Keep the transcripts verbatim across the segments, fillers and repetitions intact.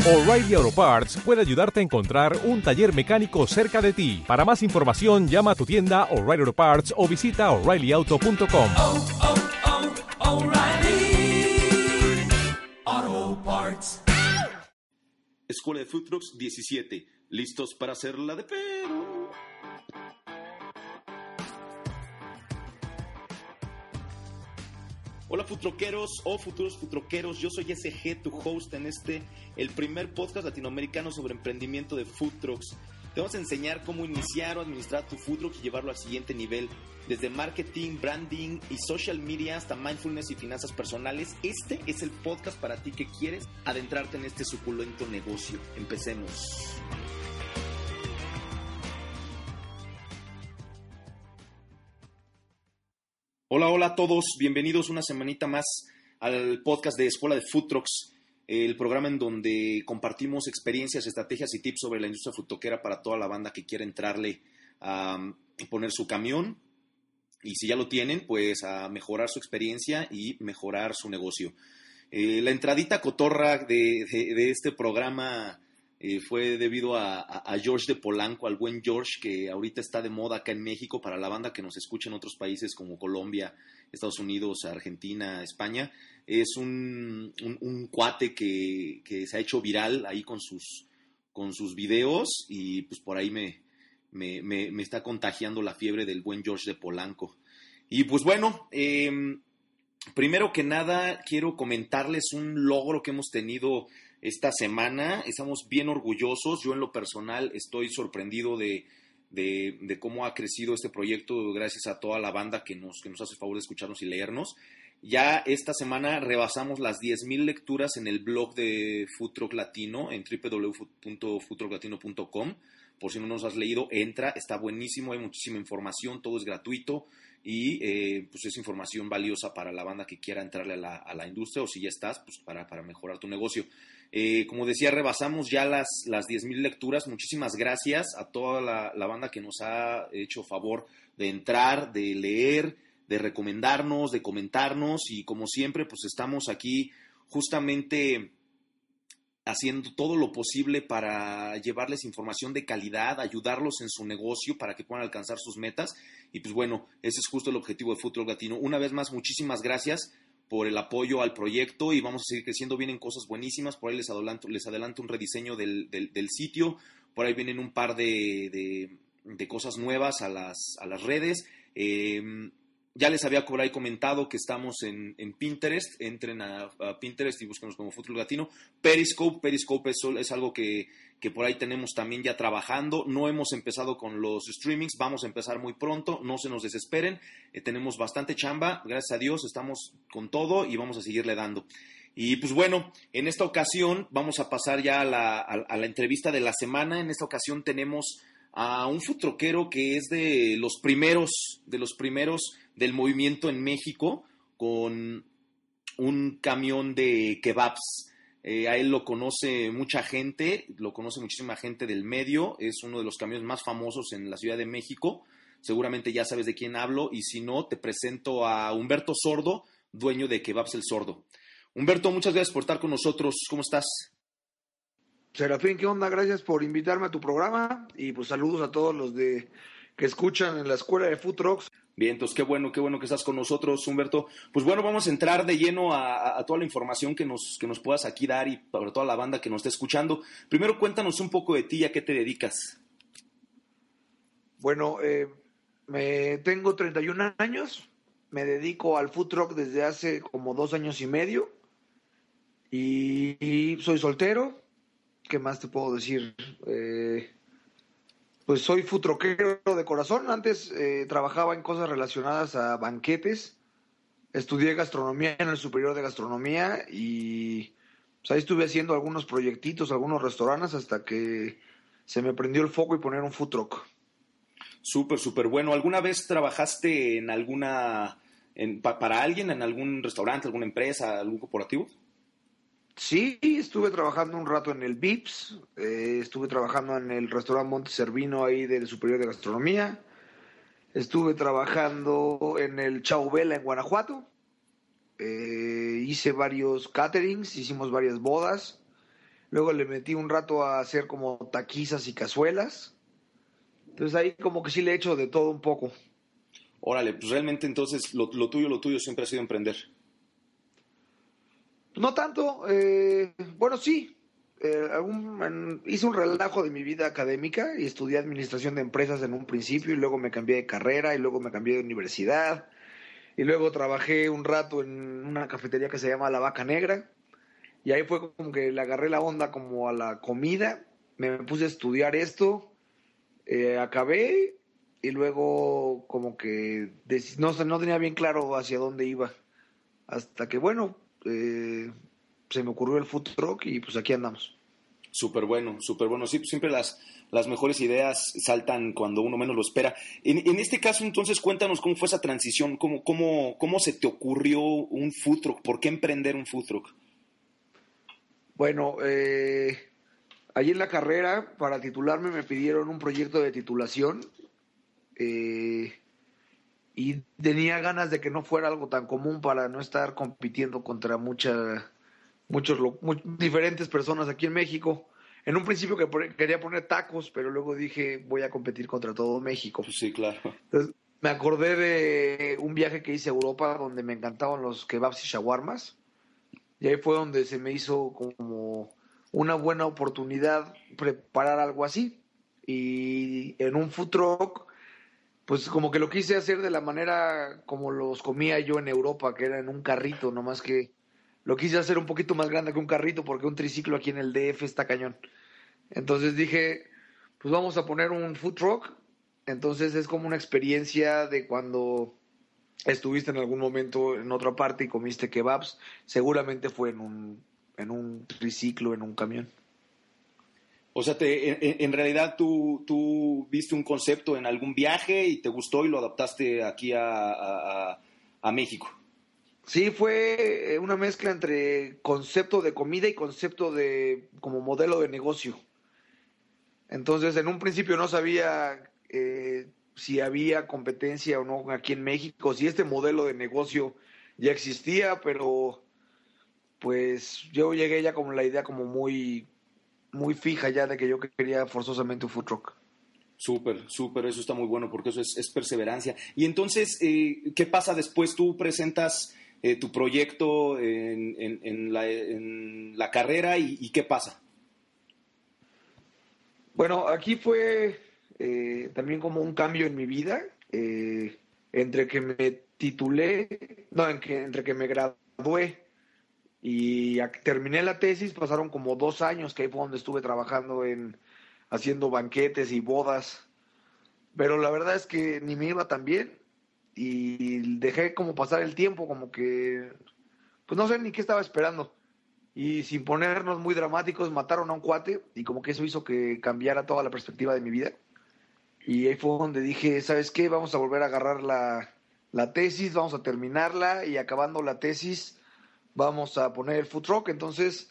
O'Reilly Auto Parts puede ayudarte a encontrar un taller mecánico cerca de ti. Para más información, llama a tu tienda O'Reilly Auto Parts o visita O'Reilly Auto punto com. Oh, oh, oh, O'Reilly Auto Parts. Escuela de Food Trucks diecisiete. ¿Listos para hacerla de pedo? Hola futroqueros o futuros futroqueros, yo soy S G, tu host en este, el primer podcast latinoamericano sobre emprendimiento de food trucks. Te vamos a enseñar cómo iniciar o administrar tu food truck y llevarlo al siguiente nivel, desde marketing, branding y social media hasta mindfulness y finanzas personales. Este es el podcast para ti que quieres adentrarte en este suculento negocio. Empecemos. Hola, hola a todos, bienvenidos una semanita más al podcast de Escuela de Food Trucks, el programa en donde compartimos experiencias, estrategias y tips sobre la industria foodtruckera para toda la banda que quiere entrarle a poner su camión y si ya lo tienen, pues a mejorar su experiencia y mejorar su negocio. Eh, la entradita cotorra de, de, de este programa Eh, fue debido a, a, a George de Polanco, al buen George, que ahorita está de moda acá en México para la banda que nos escucha en otros países como Colombia, Estados Unidos, Argentina, España. Es un, un, un cuate que, que se ha hecho viral ahí con sus, con sus videos y pues por ahí me, me, me, me está contagiando la fiebre del buen George de Polanco. Y pues bueno, eh, primero que nada quiero comentarles un logro que hemos tenido esta semana. Estamos bien orgullosos. Yo en lo personal estoy sorprendido de, de, de cómo ha crecido este proyecto gracias a toda la banda que nos, que nos hace el favor de escucharnos y leernos. Ya esta semana rebasamos las diez mil lecturas en el blog de Food Truck Latino en doble u doble u doble u punto food truck latino punto com. Por si no nos has leído, entra, está buenísimo, hay muchísima información, todo es gratuito y eh, pues es información valiosa para la banda que quiera entrarle a la, a la industria o si ya estás, pues para, para mejorar tu negocio. Eh, como decía, rebasamos ya las, las diez mil lecturas. Muchísimas gracias a toda la, la banda que nos ha hecho favor de entrar, de leer, de recomendarnos, de comentarnos y como siempre, pues estamos aquí justamente haciendo todo lo posible para llevarles información de calidad, ayudarlos en su negocio para que puedan alcanzar sus metas. Y pues bueno, ese es justo el objetivo de Food Truck Latino. Una vez más, muchísimas gracias por el apoyo al proyecto y vamos a seguir creciendo. Vienen cosas buenísimas. Por ahí les adelanto, les adelanto un rediseño del, del, del sitio. Por ahí vienen un par de, de, de cosas nuevas a las, a las redes. Eh, Ya les había por ahí comentado que estamos en, en Pinterest. Entren a, a Pinterest y búsquenos como Food Truck Latino. Periscope, Periscope es, es algo que, que por ahí tenemos también ya trabajando. No hemos empezado con los streamings, vamos a empezar muy pronto, no se nos desesperen. Eh, tenemos bastante chamba, gracias a Dios, estamos con todo y vamos a seguirle dando. Y pues bueno, en esta ocasión vamos a pasar ya a la, a, a la entrevista de la semana. En esta ocasión tenemos a un foodtruckero que es de los primeros, de los primeros del movimiento en México, con un camión de kebabs. Eh, a él lo conoce mucha gente, lo conoce muchísima gente del medio, es uno de los camiones más famosos en la Ciudad de México. Seguramente ya sabes de quién hablo, y si no, te presento a Humberto Sordo, dueño de Kebabs El Sordo. Humberto, muchas gracias por estar con nosotros. ¿Cómo estás? Serafín, ¿qué onda? Gracias por invitarme a tu programa y pues saludos a todos los de que escuchan en la Escuela de Food Trucks. Bien, entonces qué bueno, qué bueno que estás con nosotros, Humberto. Pues bueno, vamos a entrar de lleno a, a, a toda la información que nos, que nos puedas aquí dar y para toda la banda que nos está escuchando. Primero cuéntanos un poco de ti, ¿a qué te dedicas? Bueno, eh, me tengo treinta y un años, me dedico al food truck desde hace como dos años y medio y, y soy soltero. ¿Qué más te puedo decir? Eh, pues soy food truckero de corazón. Antes eh, trabajaba en cosas relacionadas a banquetes. Estudié gastronomía en el Superior de Gastronomía y pues ahí estuve haciendo algunos proyectitos, algunos restaurantes hasta que se me prendió el foco y poner un food truck. Súper, súper bueno. ¿Alguna vez trabajaste en alguna, en, pa, para alguien, en algún restaurante, alguna empresa, algún corporativo? Sí, estuve trabajando un rato en el Vips, eh, estuve trabajando en el restaurante Monte Servino ahí del Superior de Gastronomía, estuve trabajando en el Chauvela en Guanajuato, eh, hice varios caterings, hicimos varias bodas, Luego le metí un rato a hacer como taquizas y cazuelas. Entonces ahí como que sí le he hecho de todo un poco. Órale, pues realmente entonces lo, lo tuyo, lo tuyo siempre ha sido emprender. No tanto, eh, bueno, sí. Eh, algún, en, hice un relajo de mi vida académica y estudié administración de empresas en un principio y luego me cambié de carrera y luego me cambié de universidad y luego trabajé un rato en una cafetería que se llama La Vaca Negra y ahí fue como que le agarré la onda como a la comida, me puse a estudiar esto, eh, acabé y luego como que dec- no, sé, no tenía bien claro hacia dónde iba hasta que bueno, eh, se me ocurrió el food truck y pues aquí andamos. Súper bueno, súper bueno. Sí, pues siempre las, las mejores ideas saltan cuando uno menos lo espera. En, en este caso, entonces, cuéntanos cómo fue esa transición, cómo, cómo, cómo se te ocurrió un food truck, ¿por qué emprender un food truck? Bueno, eh, allí en la carrera, para titularme, me pidieron un proyecto de titulación eh, y tenía ganas de que no fuera algo tan común para no estar compitiendo contra mucha, muchos lo- mu- diferentes personas aquí en México. En un principio que por- quería poner tacos, pero luego dije voy a competir contra todo México. Pues sí, claro. Entonces me acordé de un viaje que hice a Europa donde me encantaban los kebabs y shawarmas. Y ahí fue donde se me hizo como una buena oportunidad preparar algo así. Y en un food truck, pues como que lo quise hacer de la manera como los comía yo en Europa, que era en un carrito, nomás que lo quise hacer un poquito más grande que un carrito porque un triciclo aquí en el D F está cañón. Entonces dije, pues vamos a poner un food truck. Entonces es como una experiencia de cuando estuviste en algún momento en otra parte y comiste kebabs, seguramente fue en un, en un triciclo, en un camión. O sea, te, en, en realidad tú, tú viste un concepto en algún viaje y te gustó y lo adaptaste aquí a, a, a- a México. Sí, fue eh, una mezcla entre concepto de comida y concepto de como modelo de negocio. Entonces, en un principio no sabía eh, si había competencia o no aquí en México, si este modelo de negocio ya existía, pero pues yo llegué ya con la idea como muy muy fija ya de que yo quería forzosamente un food truck. Súper, súper, eso está muy bueno porque eso es, es perseverancia. Y entonces, eh, ¿qué pasa después? Tú presentas eh, tu proyecto en, en- en la, en la carrera y, y ¿qué pasa? Bueno, aquí fue eh, también como un cambio en mi vida, eh, entre que me titulé, no, en que, entre que me gradué y a- terminé la tesis, pasaron como dos años que ahí fue donde estuve trabajando en haciendo banquetes y bodas, pero la verdad es que ni me iba tan bien y dejé como pasar el tiempo, como que, pues no sé ni qué estaba esperando. Y sin ponernos muy dramáticos, mataron a un cuate y como que eso hizo que cambiara toda la perspectiva de mi vida. Y ahí fue donde dije, ¿sabes qué? Vamos a volver a agarrar la, la tesis, vamos a terminarla y acabando la tesis vamos a poner el food truck. Entonces,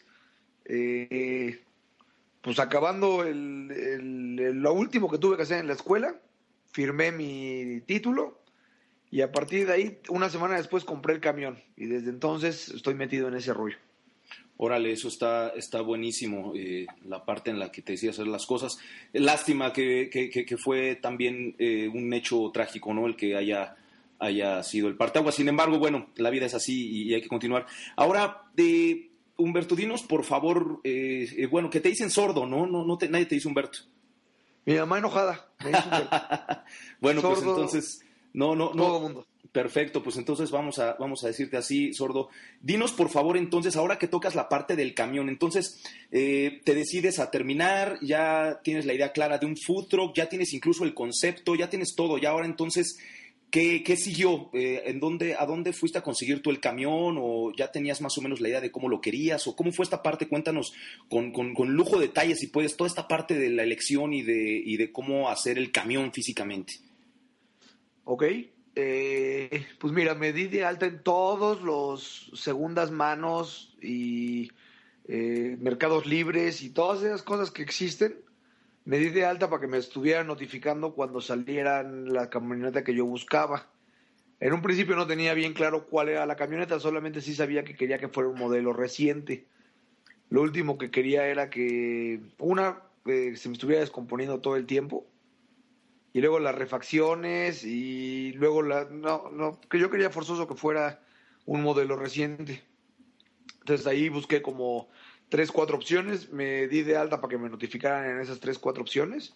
eh, pues acabando el, el- el- lo último que tuve que hacer en la escuela, firmé mi título y a partir de ahí, una semana después compré el camión y desde entonces estoy metido en ese rollo. Órale, eso está, está buenísimo, eh, la parte en la que te decía hacer las cosas. Lástima que, que, que- que fue también eh, un hecho trágico, ¿no? El que haya, haya sido el parteaguas. Sin embargo, bueno, la vida es así y, y hay que continuar. Ahora, de Humberto, dinos, por favor, eh, eh, bueno, que te dicen sordo, ¿no? No, no te- nadie te dice Humberto. Mi mamá enojada, me hizo un Bueno, pues sordo, entonces, no, no, todo no. el mundo. Perfecto, pues entonces vamos a, vamos a decirte así, sordo. Dinos, por favor, entonces, ahora que tocas la parte del camión, entonces eh, te decides a terminar, ya tienes la idea clara de un food truck, ya tienes incluso el concepto, ya tienes todo, ya ahora entonces, ¿qué, qué siguió? Eh, ¿en dónde, ¿A dónde fuiste a conseguir tú el camión? ¿O ya tenías más o menos la idea de cómo lo querías? ¿O cómo fue esta parte? Cuéntanos con, con, con lujo de detalles, si puedes, toda esta parte de la elección y de, y de cómo hacer el camión físicamente. Ok, eh, pues mira, me di de alta en todos los segundas manos y eh, mercados libres y todas esas cosas que existen. Me di de alta para que me estuvieran notificando cuando salieran la camioneta que yo buscaba. En un principio no tenía bien claro cuál era la camioneta, solamente sí sabía que quería que fuera un modelo reciente. Lo último que quería era que, una, eh, se me estuviera descomponiendo todo el tiempo, y luego las refacciones, y luego la... No, no, que yo quería forzoso que fuera un modelo reciente. Entonces ahí busqué como tres, cuatro opciones, me di de alta para que me notificaran en esas tres, cuatro opciones.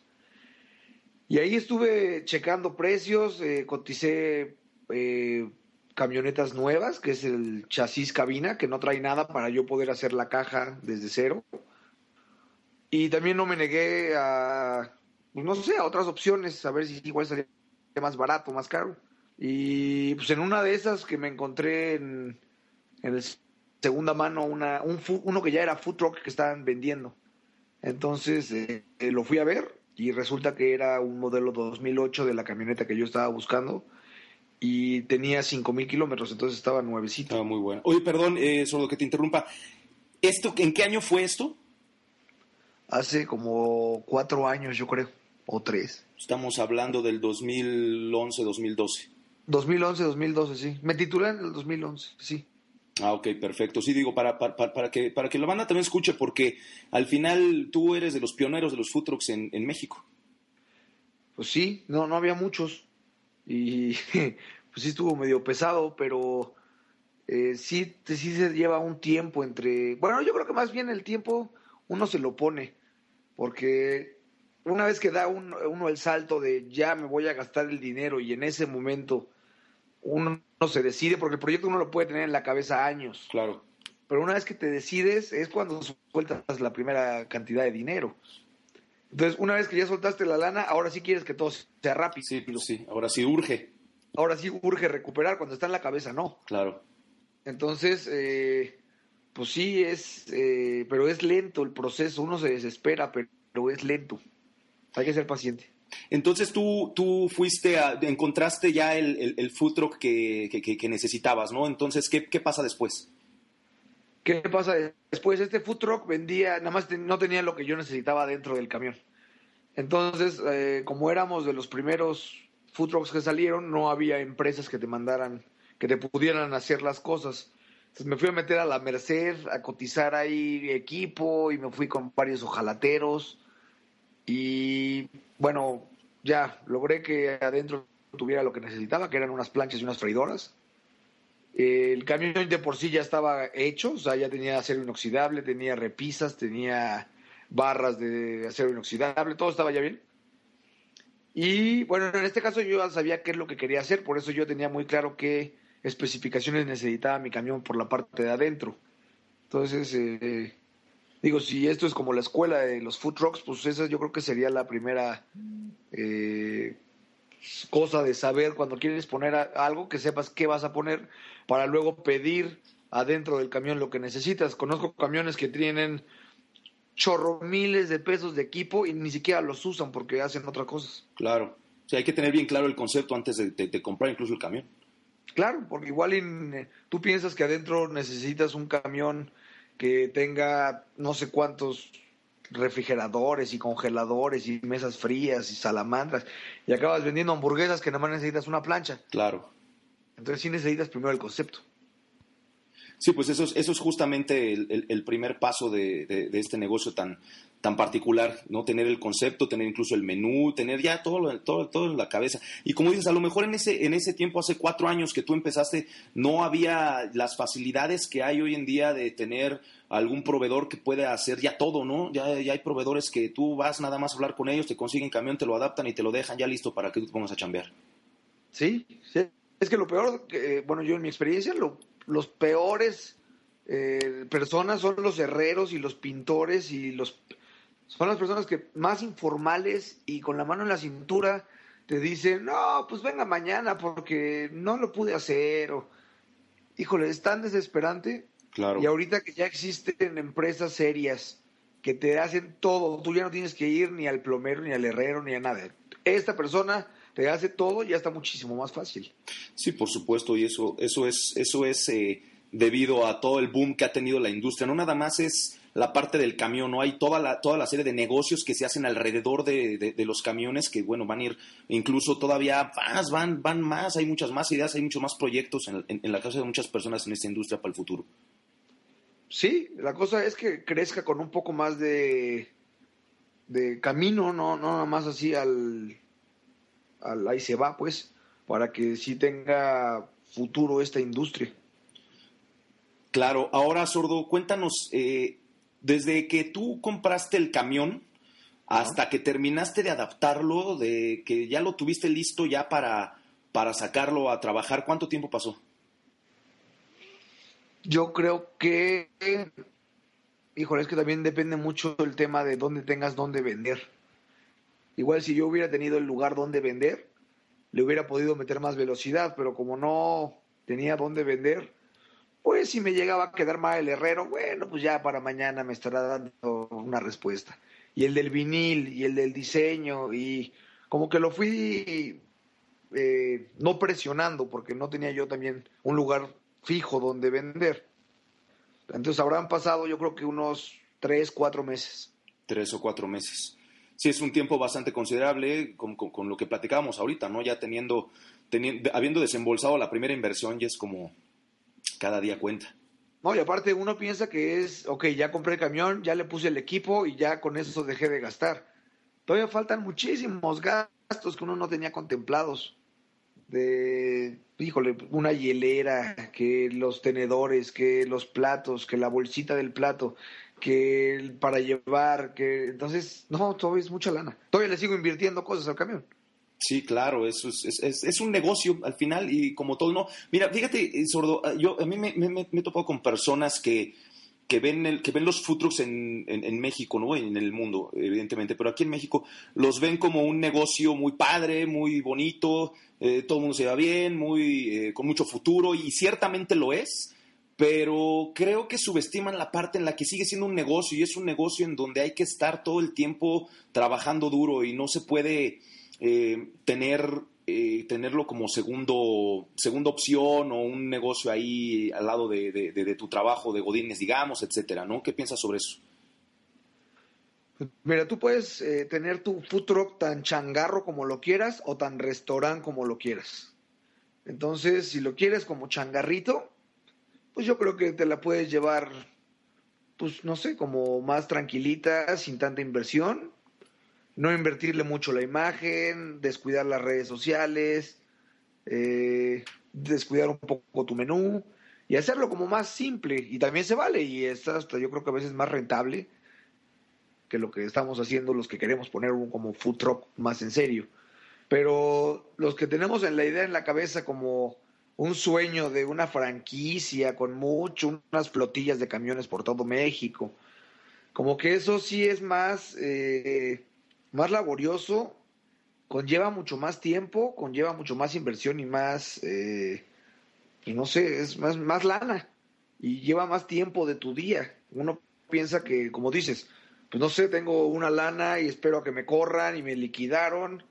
Y ahí estuve checando precios, eh, coticé eh, camionetas nuevas, que es el chasis cabina, que no trae nada para yo poder hacer la caja desde cero. Y también no me negué a, pues no sé, a otras opciones, a ver si igual salía más barato, más caro. Y pues en una de esas que me encontré en, en el segunda mano, una, un, uno que ya era food truck que estaban vendiendo. Entonces eh, eh, lo fui a ver y resulta que era un modelo dos mil ocho de la camioneta que yo estaba buscando y tenía cinco mil kilómetros, entonces estaba nuevecito. Estaba muy bueno. Oye, perdón, eh, solo que te interrumpa. ¿Esto, ¿En qué año fue esto? Hace como cuatro años, yo creo, o tres. Estamos hablando del dos mil once, dos mil doce. dos mil once, dos mil doce, sí. Me titulé en el dos mil once, sí. Ah, ok, perfecto. Sí, digo, para, para, para, que, para que la banda también escuche, porque al final tú eres de los pioneros de los food trucks en, en México. Pues sí, no, no había muchos. Y pues sí estuvo medio pesado, pero eh, sí, sí se lleva un tiempo entre... Bueno, yo creo que más bien el tiempo uno se lo pone, porque una vez que da un, uno el salto de ya me voy a gastar el dinero y en ese momento uno no se decide, porque el proyecto uno lo puede tener en la cabeza años. Claro. Pero una vez que te decides es cuando sueltas la primera cantidad de dinero. Entonces, una vez que ya soltaste la lana, ahora sí quieres que todo sea rápido. Sí, pues sí, ahora sí urge. Ahora sí urge recuperar, cuando está en la cabeza no. Claro. Entonces, eh, pues sí, es, eh, pero es lento el proceso, uno se desespera, pero es lento. Hay que ser paciente. Entonces tú, tú fuiste a, encontraste ya el, el, el food truck que, que, que necesitabas, ¿no? Entonces, ¿qué, qué pasa después? ¿Qué pasa después? Este food truck vendía, nada más no tenía lo que yo necesitaba dentro del camión. Entonces, eh, como éramos de los primeros food trucks que salieron, no había empresas que te mandaran, que te pudieran hacer las cosas. Entonces me fui a meter a la Merced, a cotizar ahí equipo, y me fui con varios ojalateros. Y bueno, ya logré que adentro tuviera lo que necesitaba, que eran unas planchas y unas freidoras. El camión de por sí ya estaba hecho, o sea, ya tenía acero inoxidable, tenía repisas, tenía barras de acero inoxidable, todo estaba ya bien. Y bueno, en este caso yo ya sabía qué es lo que quería hacer, por eso yo tenía muy claro qué especificaciones necesitaba mi camión por la parte de adentro. Entonces, eh, digo, si esto es como la escuela de los food trucks, pues esa yo creo que sería la primera eh, cosa de saber cuando quieres poner a, algo, que sepas qué vas a poner para luego pedir adentro del camión lo que necesitas. Conozco camiones que tienen chorro miles de pesos de equipo y ni siquiera los usan porque hacen otras cosas. Claro. O sea, hay que tener bien claro el concepto antes de, de, de comprar incluso el camión. Claro, porque igual en, tú piensas que adentro necesitas un camión que tenga no sé cuántos refrigeradores y congeladores y mesas frías y salamandras, y acabas vendiendo hamburguesas que nada más necesitas una plancha. Claro. Entonces sí necesitas primero el concepto. Sí, pues eso es, eso es justamente el, el, el primer paso de, de, de este negocio tan, tan particular, ¿no? Tener el concepto, tener incluso el menú, tener ya todo, lo, todo, todo en la cabeza. Y como dices, a lo mejor en ese, en ese tiempo, hace cuatro años que tú empezaste, no había las facilidades que hay hoy en día de tener algún proveedor que pueda hacer ya todo, ¿no? Ya, ya hay proveedores que tú vas nada más a hablar con ellos, te consiguen camión, te lo adaptan y te lo dejan ya listo para que tú te pongas a chambear. Sí, sí. Es que lo peor, eh, bueno, yo en mi experiencia, lo, los peores eh, personas son los herreros y los pintores y los son las personas que más informales y con la mano en la cintura te dicen, no, pues venga mañana porque no lo pude hacer. O, híjole, es tan desesperante. Claro. Y ahorita que ya existen empresas serias que te hacen todo, tú ya no tienes que ir ni al plomero, ni al herrero, ni a nada. Esta persona te hace todo y ya está muchísimo más fácil. Sí, por supuesto, y eso, eso es, eso es eh, debido a todo el boom que ha tenido la industria. No nada más es la parte del camión, no hay toda la, toda la serie de negocios que se hacen alrededor de, de, de los camiones que, bueno, van a ir incluso todavía más, van, van más, hay muchas más ideas, hay muchos más proyectos en, en, en la cabeza de muchas personas en esta industria para el futuro. sí, la cosa es que crezca con un poco más de, de camino, no, no nada más así al, al ahí se va, pues, para que sí tenga futuro esta industria. Claro, ahora, Sordo, cuéntanos, eh, desde que tú compraste el camión hasta que terminaste de adaptarlo, de que ya lo tuviste listo ya para, para sacarlo a trabajar, ¿cuánto tiempo pasó? Yo creo que, híjole, es que también depende mucho el tema de dónde tengas dónde vender. Igual si yo hubiera tenido el lugar donde vender, le hubiera podido meter más velocidad, pero como no tenía dónde vender, pues si me llegaba a quedar mal el herrero, bueno, pues ya para mañana me estará dando una respuesta. Y el del vinil, y el del diseño, y como que lo fui eh, no presionando, porque no tenía yo también un lugar fijo donde vender. Entonces habrán pasado yo creo que unos tres, cuatro meses. Tres o cuatro meses. Sí, es un tiempo bastante considerable con, con, con lo que platicábamos ahorita, ¿no? Ya teniendo, teniendo, habiendo desembolsado la primera inversión, ya es como cada día cuenta. No, y aparte uno piensa que es, ok, ya compré el camión, ya le puse el equipo y ya con eso dejé de gastar. Todavía faltan muchísimos gastos que uno no tenía contemplados. De, híjole, una hielera, que los tenedores, que los platos, que la bolsita del plato, que el para llevar, que entonces, no, todavía es mucha lana. Todavía le sigo invirtiendo cosas al camión. Sí, claro, eso es, es, es, es un negocio al final y como todo, no. Mira, fíjate, Sordo, yo a mí me, me, me he topado con personas que, que, ven el, que ven los food trucks en, en, en México, ¿no? En el mundo, evidentemente, pero aquí en México los ven como un negocio muy padre, muy bonito, eh, todo el mundo se va bien, muy, eh, con mucho futuro y ciertamente lo es, pero creo que subestiman la parte en la que sigue siendo un negocio y es un negocio en donde hay que estar todo el tiempo trabajando duro y no se puede... Eh, tener eh, tenerlo como segundo segunda opción o un negocio ahí al lado de, de, de, de tu trabajo de godines, digamos, etcétera, ¿no? ¿Qué piensas sobre eso? Mira, tú puedes eh, tener tu food truck tan changarro como lo quieras o tan restaurant como lo quieras. Entonces, si lo quieres como changarrito, pues yo creo que te la puedes llevar, pues no sé, como más tranquilita, sin tanta inversión. No invertirle mucho la imagen, descuidar las redes sociales, eh, descuidar un poco tu menú y hacerlo como más simple. Y también se vale y es hasta yo creo que a veces más rentable que lo que estamos haciendo los que queremos poner un como food truck más en serio. Pero los que tenemos en la idea en la cabeza como un sueño de una franquicia con mucho, unas flotillas de camiones por todo México, como que eso sí es más... Eh, más laborioso, conlleva mucho más tiempo, conlleva mucho más inversión y más, eh, pues no sé, es más, más lana y lleva más tiempo de tu día. Uno piensa que, como dices, pues no sé, tengo una lana y espero a que me corran y me liquidaron,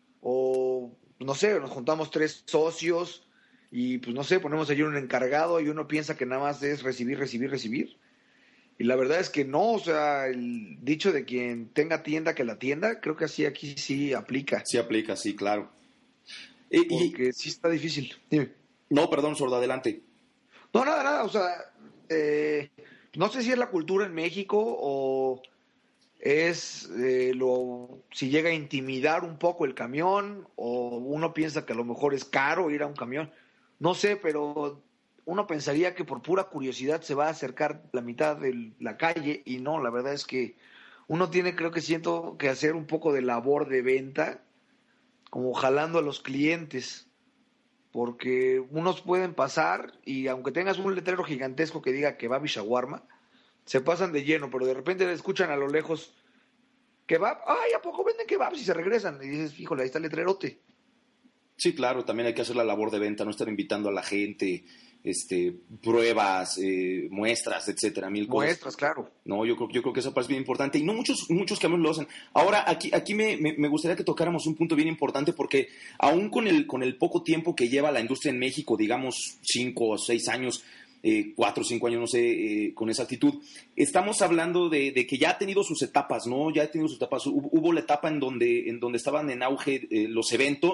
o no sé, nos juntamos tres socios y pues no sé, ponemos allí un encargado y uno piensa que nada más es recibir, recibir, recibir. Y la verdad es que no, o sea, el dicho de quien tenga tienda que la tienda, creo que así aquí sí aplica. Sí aplica, sí, claro. Y, Porque y... sí está difícil. Dime. No, perdón, Sordo, adelante. No, nada, nada, o sea, eh, no sé si es la cultura en México o es eh, lo si llega a intimidar un poco el camión o uno piensa que a lo mejor es caro ir a un camión. No sé, pero... uno pensaría que por pura curiosidad se va a acercar la mitad de la calle y no, la verdad es que uno tiene, creo que siento que hacer un poco de labor de venta, como jalando a los clientes, porque unos pueden pasar y aunque tengas un letrero gigantesco que diga kebab y shawarma, se pasan de lleno, pero de repente escuchan a lo lejos kebab, ay, ¿a poco venden kebabs? Y se regresan y dices, híjole, ahí está el letrerote. Sí, claro, también hay que hacer la labor de venta, no estar invitando a la gente, este, pruebas, eh, muestras, etcétera, mil cosas. Muestras, claro. No, yo creo, yo creo que esa parte es bien importante y no muchos, muchos camiones lo hacen. Ahora, aquí, aquí me, me, me gustaría que tocáramos un punto bien importante porque aún con el, con el poco tiempo que lleva la industria en México, digamos cinco o seis años, eh, cuatro o cinco años, no sé, eh, con esa actitud, estamos hablando de, de que ya ha tenido sus etapas, ¿no? Ya ha tenido sus etapas. Hubo, hubo la etapa en donde, en donde estaban en auge eh, los eventos,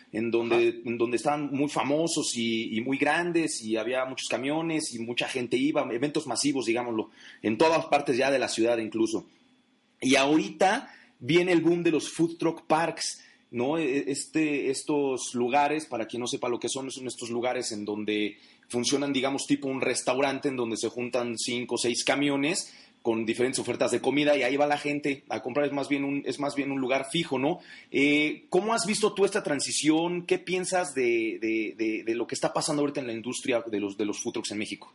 en donde, en donde estaban muy famosos y, y muy grandes y había muchos camiones y mucha gente iba, eventos masivos, digámoslo, en todas partes ya de la ciudad incluso. Y ahorita viene el boom de los food truck parks, ¿no? Este, estos lugares, para quien no sepa lo que son, son estos lugares en donde funcionan, digamos, tipo un restaurante en donde se juntan cinco o seis camiones con diferentes ofertas de comida y ahí va la gente a comprar, es más bien un, es más bien un lugar fijo, ¿no? Eh, ¿Cómo has visto tú esta transición? ¿Qué piensas de, de, de, de lo que está pasando ahorita en la industria de los, de los food trucks en México?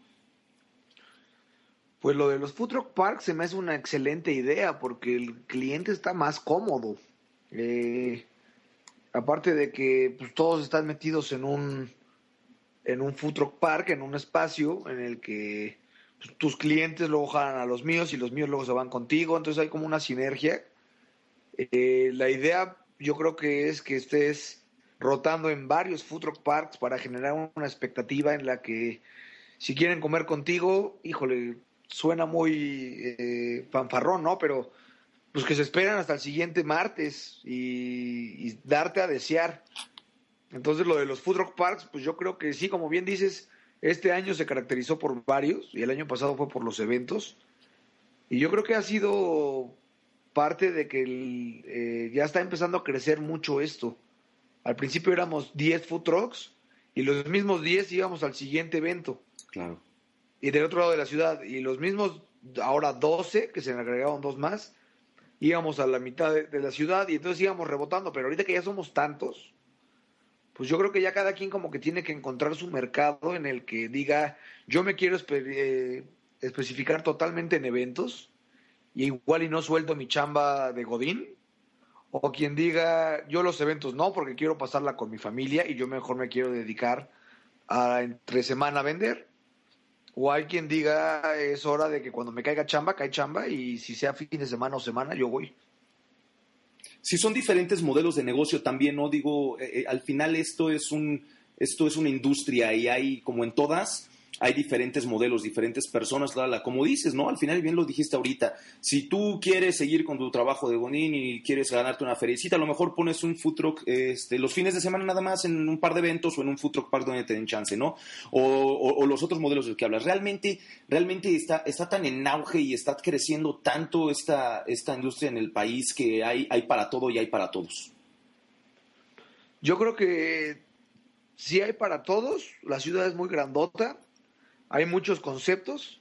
Pues lo de los food truck parks se me hace una excelente idea porque el cliente está más cómodo. Eh, aparte de que pues, todos están metidos en un en un food truck park, en un espacio en el que pues, tus clientes luego jalan a los míos y los míos luego se van contigo, entonces hay como una sinergia. Eh, la idea yo creo que es que estés rotando en varios food truck parks para generar una expectativa en la que si quieren comer contigo, híjole, suena muy eh, fanfarrón, ¿no? Pero pues que se esperan hasta el siguiente martes y, y darte a desear. Entonces lo de los food truck parks, pues yo creo que sí, como bien dices, este año se caracterizó por varios y el año pasado fue por los eventos. Y yo creo que ha sido parte de que el, eh, ya está empezando a crecer mucho esto. Al principio éramos diez food trucks y los mismos diez íbamos al siguiente evento. Claro. Y del otro lado de la ciudad, y los mismos, ahora doce, que se le agregaron dos más, íbamos a la mitad de, de la ciudad y entonces íbamos rebotando, pero ahorita que ya somos tantos, pues yo creo que ya cada quien como que tiene que encontrar su mercado en el que diga, yo me quiero espe eh, especificar totalmente en eventos, y igual y no suelto mi chamba de Godín, o quien diga, yo los eventos no, porque quiero pasarla con mi familia y yo mejor me quiero dedicar a entre semana a vender. O hay quien diga, es hora de que cuando me caiga chamba, cae chamba, y si sea fin de semana o semana, yo voy. Sí, son diferentes modelos de negocio también, ¿no? Digo, eh, eh, al final esto es un, esto es una industria y hay, como en todas, hay diferentes modelos, diferentes personas, la, la, como dices, ¿no? Al final, bien lo dijiste ahorita, si tú quieres seguir con tu trabajo de Godín y quieres ganarte una feriecita, a lo mejor pones un food truck este, los fines de semana nada más en un par de eventos o en un food truck park donde te den chance, ¿no? O, o, o los otros modelos de los que hablas. Realmente, realmente está, está tan en auge y está creciendo tanto esta, esta industria en el país que hay, hay para todo y hay para todos. Yo creo que sí hay para todos, la ciudad es muy grandota, hay muchos conceptos,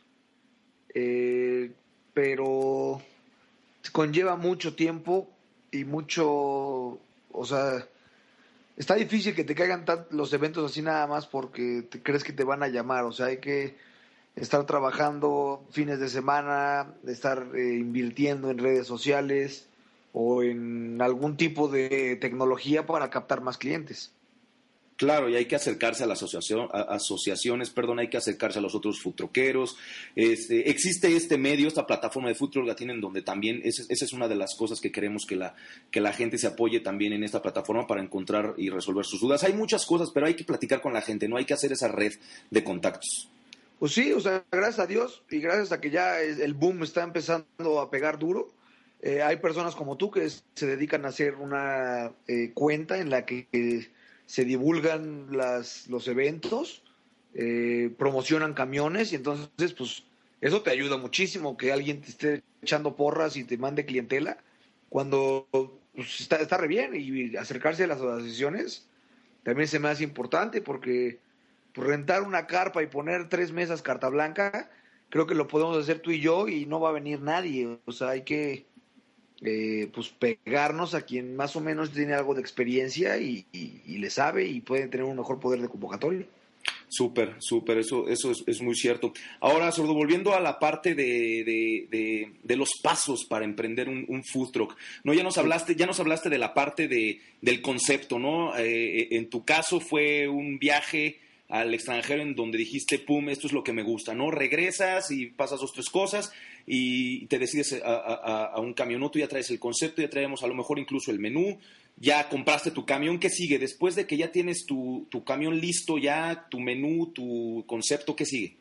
eh, pero conlleva mucho tiempo y mucho, o sea, está difícil que te caigan los eventos así nada más porque te crees que te van a llamar, o sea, hay que estar trabajando fines de semana, estar eh, invirtiendo en redes sociales o en algún tipo de tecnología para captar más clientes. Claro, y hay que acercarse a las asociación, a, asociaciones, perdón, hay que acercarse a los otros food truckeros. Este, existe este medio, esta plataforma de Food Truck Latin, en donde también, esa, esa es una de las cosas que queremos que la, que la gente se apoye también en esta plataforma para encontrar y resolver sus dudas. Hay muchas cosas, pero hay que platicar con la gente, no hay que hacer esa red de contactos. Pues sí, o sea, gracias a Dios y gracias a que ya el boom está empezando a pegar duro, eh, hay personas como tú que se dedican a hacer una eh, cuenta en la que... Eh, se divulgan las, los eventos, eh, promocionan camiones y entonces pues eso te ayuda muchísimo que alguien te esté echando porras y te mande clientela cuando pues, está, está re bien, y acercarse a las asociaciones también se me hace importante porque pues, rentar una carpa y poner tres mesas carta blanca creo que lo podemos hacer tú y yo y no va a venir nadie, o sea, hay que Eh, pues pegarnos a quien más o menos tiene algo de experiencia y, y, y le sabe y puede tener un mejor poder de convocatoria. Súper, súper, eso, eso es, es muy cierto. Ahora, Sordo, volviendo a la parte de, de, de, de los pasos para emprender un, un food truck, ¿no? Ya nos hablaste, ya nos hablaste de la parte de, del concepto, ¿no? Eh, en tu caso fue un viaje al extranjero en donde dijiste, pum, esto es lo que me gusta, ¿no? Regresas y pasas dos, tres cosas y te decides a, a, a un camión, ¿no? Tú ya traes el concepto, ya traemos a lo mejor incluso el menú, ya compraste tu camión. ¿Qué sigue? Después de que ya tienes tu, tu camión listo, ya tu menú, tu concepto, ¿qué sigue?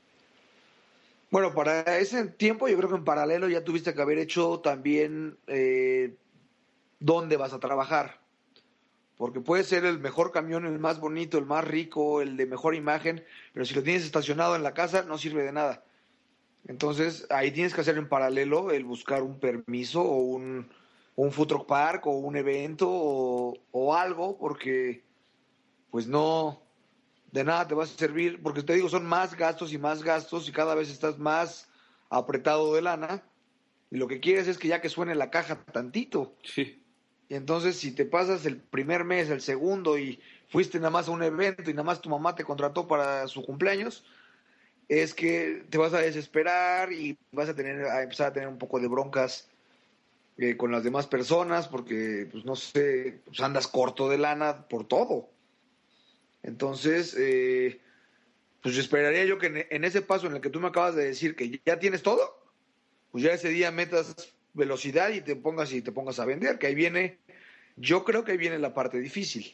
Bueno, para ese tiempo yo creo que en paralelo ya tuviste que haber hecho también eh, dónde vas a trabajar. porque puede ser el mejor camión, el más bonito, el más rico, el de mejor imagen, pero si lo tienes estacionado en la casa no sirve de nada. Entonces ahí tienes que hacer en paralelo el buscar un permiso o un, un food truck park o un evento o, o algo, porque pues no, de nada te va a servir, porque te digo, son más gastos y más gastos y cada vez estás más apretado de lana y lo que quieres es que ya que suene la caja tantito. Sí. Y entonces si te pasas el primer mes, el segundo y fuiste nada más a un evento y nada más tu mamá te contrató para su cumpleaños, es que te vas a desesperar y vas a tener a empezar a tener un poco de broncas eh, con las demás personas porque, pues no sé, pues andas corto de lana por todo. Entonces, eh, pues esperaría yo que en, en ese paso en el que tú me acabas de decir que ya tienes todo, pues ya ese día metas velocidad y te pongas y te pongas a vender, que ahí viene, yo creo que ahí viene la parte difícil.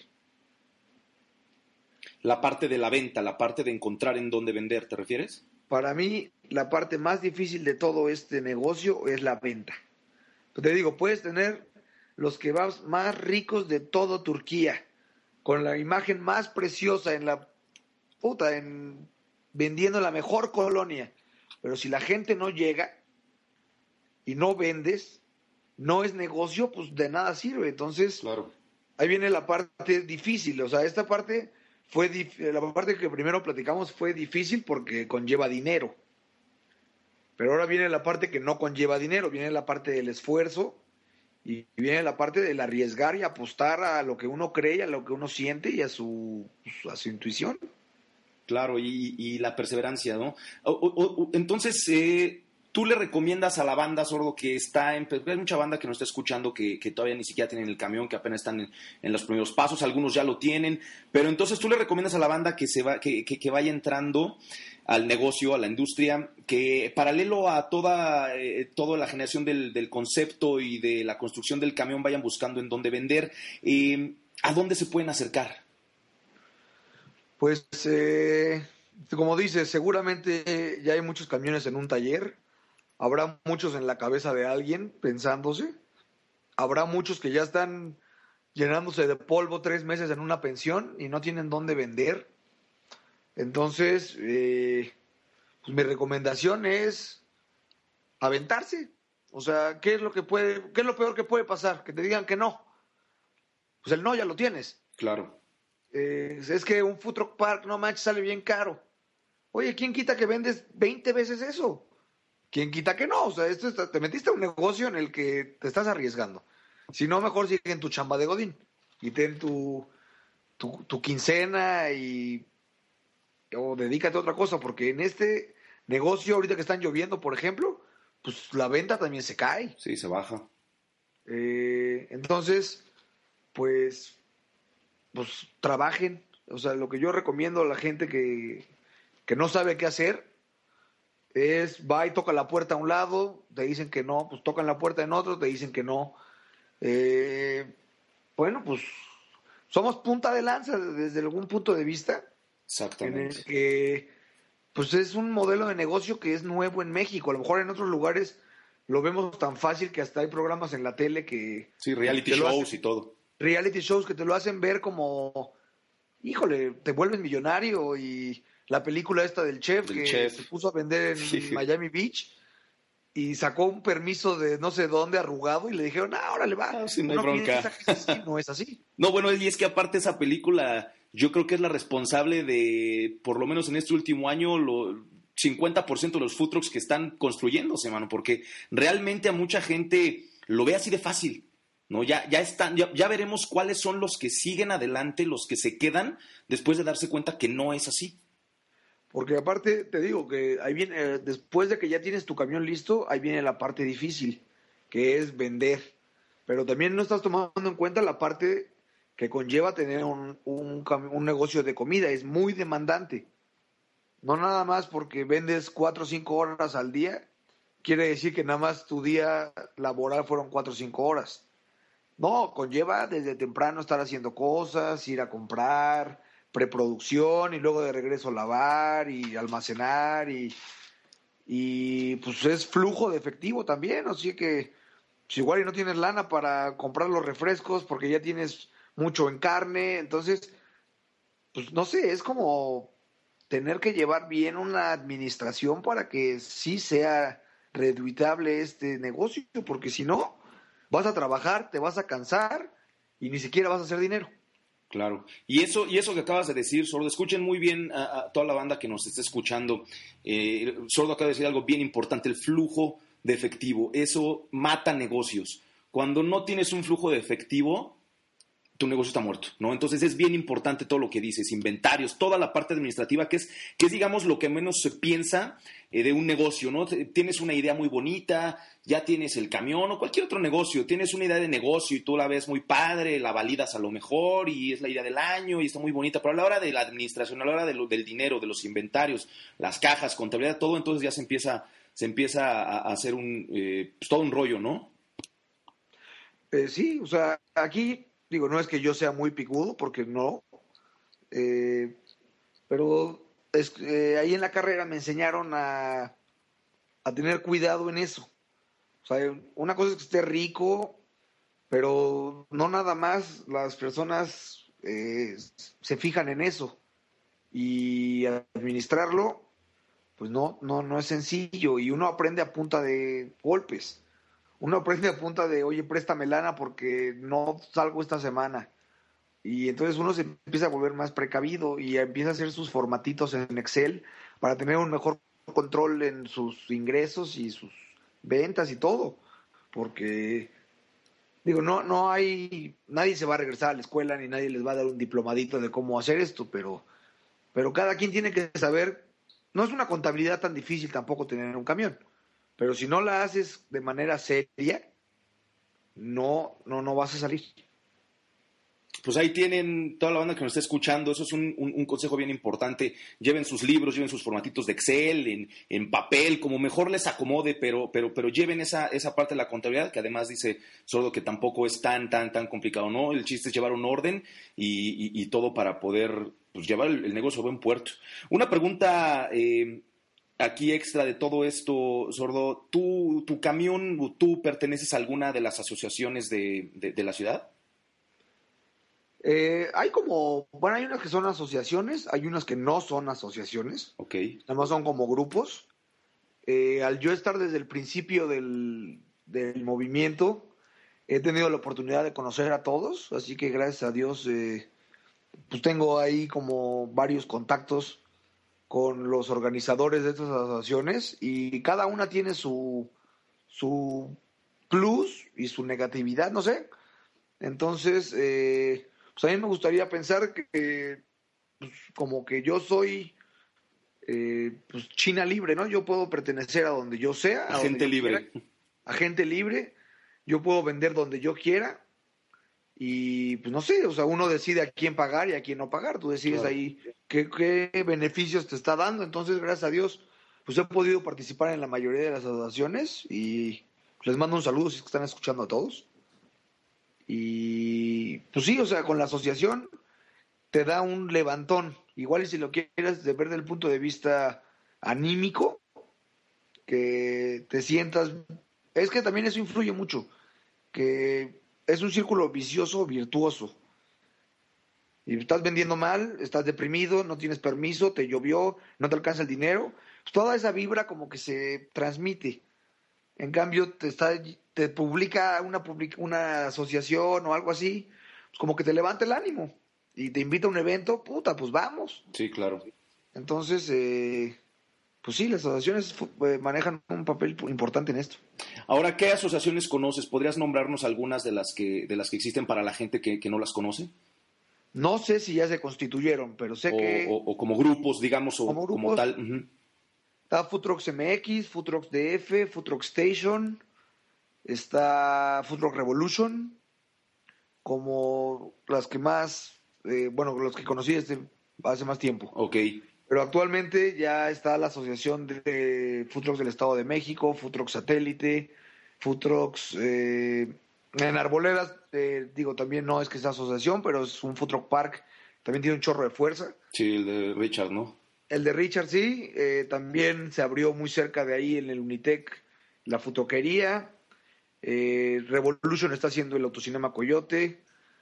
La parte de la venta, la parte de encontrar en dónde vender, ¿te refieres? Para mí, la parte más difícil de todo este negocio es la venta. Te digo, puedes tener los kebabs más ricos de todo Turquía, con la imagen más preciosa en la puta, en vendiendo la mejor colonia. Pero si la gente no llega y no vendes, no es negocio, pues de nada sirve. Entonces, claro, ahí viene la parte difícil. O sea, esta parte fue dif- la parte que primero platicamos fue difícil porque conlleva dinero. Pero ahora viene la parte que no conlleva dinero, viene la parte del esfuerzo y viene la parte del arriesgar y apostar a lo que uno cree, a lo que uno siente y a su, a su intuición. Claro, y, y la perseverancia, ¿no? O, o, o, entonces, eh, ¿tú le recomiendas a la banda, Sordo, que está en... Hay mucha banda que nos está escuchando que, que todavía ni siquiera tienen el camión, que apenas están en, en los primeros pasos, algunos ya lo tienen, pero entonces tú le recomiendas a la banda que, se va, que, que, que vaya entrando al negocio, a la industria, que paralelo a toda, eh, toda la generación del, del concepto y de la construcción del camión vayan buscando en dónde vender, eh, ¿a dónde se pueden acercar? Pues, eh, como dices, seguramente ya hay muchos camiones en un taller, habrá muchos en la cabeza de alguien pensándose, habrá muchos que ya están llenándose de polvo tres meses en una pensión y no tienen dónde vender. Entonces, eh, pues mi recomendación es aventarse. O sea, ¿qué es lo que puede, qué es lo peor que puede pasar? Que te digan que no. Pues el no ya lo tienes. Claro. Eh, es que un food truck park, no manches, sale bien caro. Oye, ¿quién quita que vendes veinte veces eso? ¿Quién quita que no? O sea, esto está, te metiste a un negocio en el que te estás arriesgando. Si no, mejor sigue en tu chamba de godín y ten tu, tu, tu quincena y o dedícate a otra cosa, porque en este negocio, ahorita que están lloviendo, por ejemplo, pues la venta también se cae. Sí, se baja. Eh, entonces, pues, pues trabajen. O sea, lo que yo recomiendo a la gente que, que no sabe qué hacer es va y toca la puerta a un lado, te dicen que no, pues tocan la puerta en otro, te dicen que no. Eh, bueno, pues somos punta de lanza desde algún punto de vista. Exactamente. En el que pues es un modelo de negocio que es nuevo en México. A lo mejor en otros lugares lo vemos tan fácil que hasta hay programas en la tele que... Sí, reality que shows hacen, y todo. Reality shows que te lo hacen ver como, híjole, te vuelves millonario. Y la película esta del chef Del que chef. se puso a vender en Sí. Miami Beach y sacó un permiso de no sé dónde arrugado y le dijeron, ah, órale, va. Ah, sí, no hay Uno bronca. piensa que es así, no es así. No, bueno, y es que aparte esa película, yo creo que es la responsable de, por lo menos en este último año, lo cincuenta por ciento de los food trucks que están construyéndose, mano, porque realmente a mucha gente lo ve así de fácil, ¿no? Ya, ya están, ya, ya veremos cuáles son los que siguen adelante, los que se quedan, después de darse cuenta que no es así. Porque aparte, te digo que ahí viene, eh, después de que ya tienes tu camión listo, ahí viene la parte difícil, que es vender. Pero también no estás tomando en cuenta la parte que conlleva tener un, un, un negocio de comida. Es muy demandante. No nada más porque vendes cuatro o cinco horas al día, quiere decir que nada más tu día laboral fueron cuatro o cinco horas. No, conlleva desde temprano estar haciendo cosas, ir a comprar, preproducción y luego de regreso lavar y almacenar y, y pues es flujo de efectivo también, así que pues igual y no tienes lana para comprar los refrescos porque ya tienes mucho en carne, entonces, pues no sé, es como tener que llevar bien una administración para que sí sea redituable este negocio, porque si no, vas a trabajar, te vas a cansar y ni siquiera vas a hacer dinero. Claro. Y eso, y eso que acabas de decir, Sordo, escuchen muy bien a, a toda la banda que nos esté escuchando. Eh, Sordo acaba de decir algo bien importante, el flujo de efectivo. Eso mata negocios. Cuando no tienes un flujo de efectivo, tu negocio está muerto, ¿no? Entonces es bien importante todo lo que dices, inventarios, toda la parte administrativa, que es, que es digamos, lo que menos se piensa eh, de un negocio, ¿no? Tienes una idea muy bonita, ya tienes el camión o cualquier otro negocio, tienes una idea de negocio y tú la ves muy padre, la validas a lo mejor y es la idea del año y está muy bonita, pero a la hora de la administración, a la hora de lo, del dinero, de los inventarios, las cajas, contabilidad, todo, entonces ya se empieza, se empieza a, a hacer un, eh, pues todo un rollo, ¿no? Eh, sí, o sea, aquí... Digo, no es que yo sea muy picudo, porque no, eh, pero es, eh, ahí en la carrera me enseñaron a, a tener cuidado en eso. O sea, una cosa es que esté rico, pero no nada más las personas eh, se fijan en eso. Y administrarlo, pues no, no, no es sencillo. Y uno aprende a punta de golpes. Uno aprende a punta de, oye, préstame lana porque no salgo esta semana. Y entonces uno se empieza a volver más precavido y empieza a hacer sus formatitos en Excel para tener un mejor control en sus ingresos y sus ventas y todo. Porque, digo, no, no hay, nadie se va a regresar a la escuela ni nadie les va a dar un diplomadito de cómo hacer esto, pero, pero cada quien tiene que saber, no es una contabilidad tan difícil tampoco tener un camión. Pero si no la haces de manera seria, no, no, no vas a salir. Pues ahí tienen toda la banda que nos está escuchando. Eso es un, un, un consejo bien importante. Lleven sus libros, lleven sus formatitos de Excel, en, en papel, como mejor les acomode, pero, pero, pero lleven esa, esa parte de la contabilidad, que además dice Sordo que tampoco es tan, tan, tan complicado, ¿no? El chiste es llevar un orden y, y, y todo para poder pues, llevar el, el negocio a buen puerto. Una pregunta... Eh, Aquí extra de todo esto, Sordo, ¿tú, tu camión, tú perteneces a alguna de las asociaciones de, de, de la ciudad? Eh, hay como, bueno, hay unas que son asociaciones, hay unas que no son asociaciones, Ok. nada más son como grupos. Eh, al yo estar desde el principio del, del movimiento, he tenido la oportunidad de conocer a todos, así que gracias a Dios, eh, pues tengo ahí como varios contactos con los organizadores de estas asociaciones y cada una tiene su, su plus y su negatividad, no sé. Entonces, eh, pues a mí me gustaría pensar que pues, como que yo soy eh, pues China libre, ¿no? Yo puedo pertenecer a donde yo sea. A Gente donde yo libre. quiera, a gente libre. Yo puedo vender donde yo quiera. Y pues no sé, o sea, uno decide a quién pagar y a quién no pagar. Tú decides Claro. ahí qué, qué beneficios te está dando. Entonces, gracias a Dios, pues he podido participar en la mayoría de las asociaciones y les mando un saludo si es que están escuchando a todos. Y pues sí, o sea, con la asociación te da un levantón. Igual y si lo quieres de ver desde el punto de vista anímico, que te sientas... Es que también eso influye mucho, que es un círculo vicioso, virtuoso. Y estás vendiendo mal, estás deprimido, no tienes permiso, te llovió, no te alcanza el dinero. Pues toda esa vibra como que se transmite. En cambio, te está te publica una, publica una asociación o algo así, pues como que te levanta el ánimo y te invita a un evento, puta, pues vamos. Sí, claro. Entonces, eh, pues sí, las asociaciones eh, manejan un papel importante en esto. Ahora, ¿qué asociaciones conoces? ¿Podrías nombrarnos algunas de las que, de las que existen para la gente que, que no las conoce? No sé si ya se constituyeron, pero sé o, que... o, o como grupos, digamos, o como, como grupos, tal. Uh-huh. Está Foodtrucks M X, Foodtrucks D F, Foodtruck Station, está Foodtruck Revolution, como las que más, eh, bueno, los que conocí desde hace más tiempo. Ok. Pero actualmente ya está la Asociación de Foodtrucks del Estado de México, Foodtrucks Satélite, Foodtrucks eh, en Arboledas, eh, digo, también no es que sea asociación, pero es un Foodtruck Park, también tiene un chorro de fuerza. Sí, el de Richard, ¿no? El de Richard, sí, eh, también se abrió muy cerca de ahí en el Unitec la futoquería. Eh, Revolution está haciendo el Autocinema Coyote.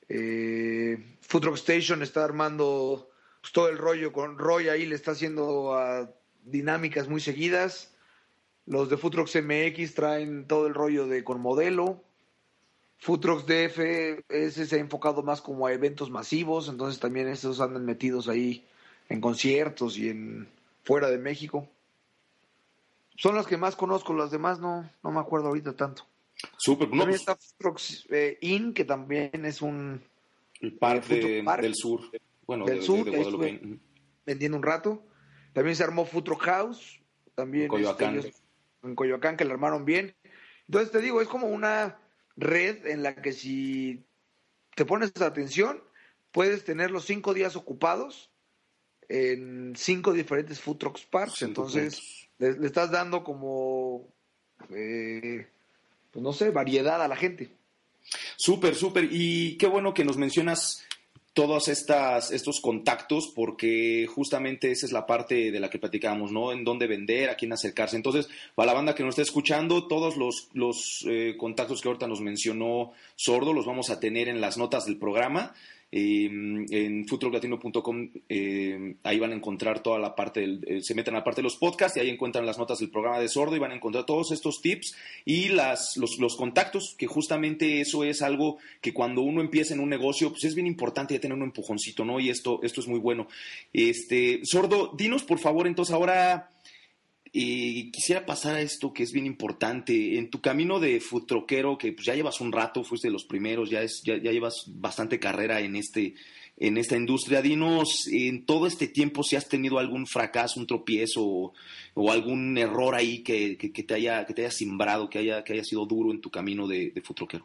Eh, Food Truck Station está armando pues, todo el rollo con Roy ahí, le está haciendo uh, dinámicas muy seguidas. Los de Food Trucks M X traen todo el rollo de con modelo. Food Trucks D F, ese se ha enfocado más como a eventos masivos, entonces también estos andan metidos ahí en conciertos y en fuera de México. Son las que más conozco, las demás no, no me acuerdo ahorita tanto. Súper, no, También pues, está Food Trucks eh, In, que también es un el par eh, Food Truck de- Park del sur, bueno, del de, sur, de- de que ahí Guadalupe. estuve Ujú. vendiendo un rato. También se armó Food Truck House, también En Coyoacán. este, ellos- en Coyoacán, que la armaron bien. Entonces te digo, es como una red en la que si te pones atención, puedes tener los cinco días ocupados en cinco diferentes Food Trucks Parks. Cinco Entonces le, le estás dando como, eh, pues no sé, variedad a la gente. Súper, súper. Y qué bueno que nos mencionas todos estas, estos contactos, porque justamente esa es la parte de la que platicábamos, ¿no? En dónde vender, a quién acercarse. Entonces, para la banda que nos está escuchando, todos los, los eh, contactos que ahorita nos mencionó Sordo los vamos a tener en las notas del programa. Eh, en food truck latino punto com, eh, ahí van a encontrar toda la parte del, eh, se meten a la parte de los podcasts y ahí encuentran las notas del programa de Sordo y van a encontrar todos estos tips y las, los, los contactos, que justamente eso es algo que cuando uno empieza en un negocio, pues es bien importante ya tener un empujoncito, ¿no? Y esto, esto es muy bueno. Este, Sordo, dinos por favor, entonces ahora y quisiera pasar a esto que es bien importante. En tu camino de futroquero, que pues ya llevas un rato, fuiste de los primeros, ya, es, ya, ya llevas bastante carrera en, este, en esta industria. Dinos, en todo este tiempo, si has tenido algún fracaso, un tropiezo o, o algún error ahí que, que, que, te haya, que te haya simbrado, que haya, que haya sido duro en tu camino de, de futroquero.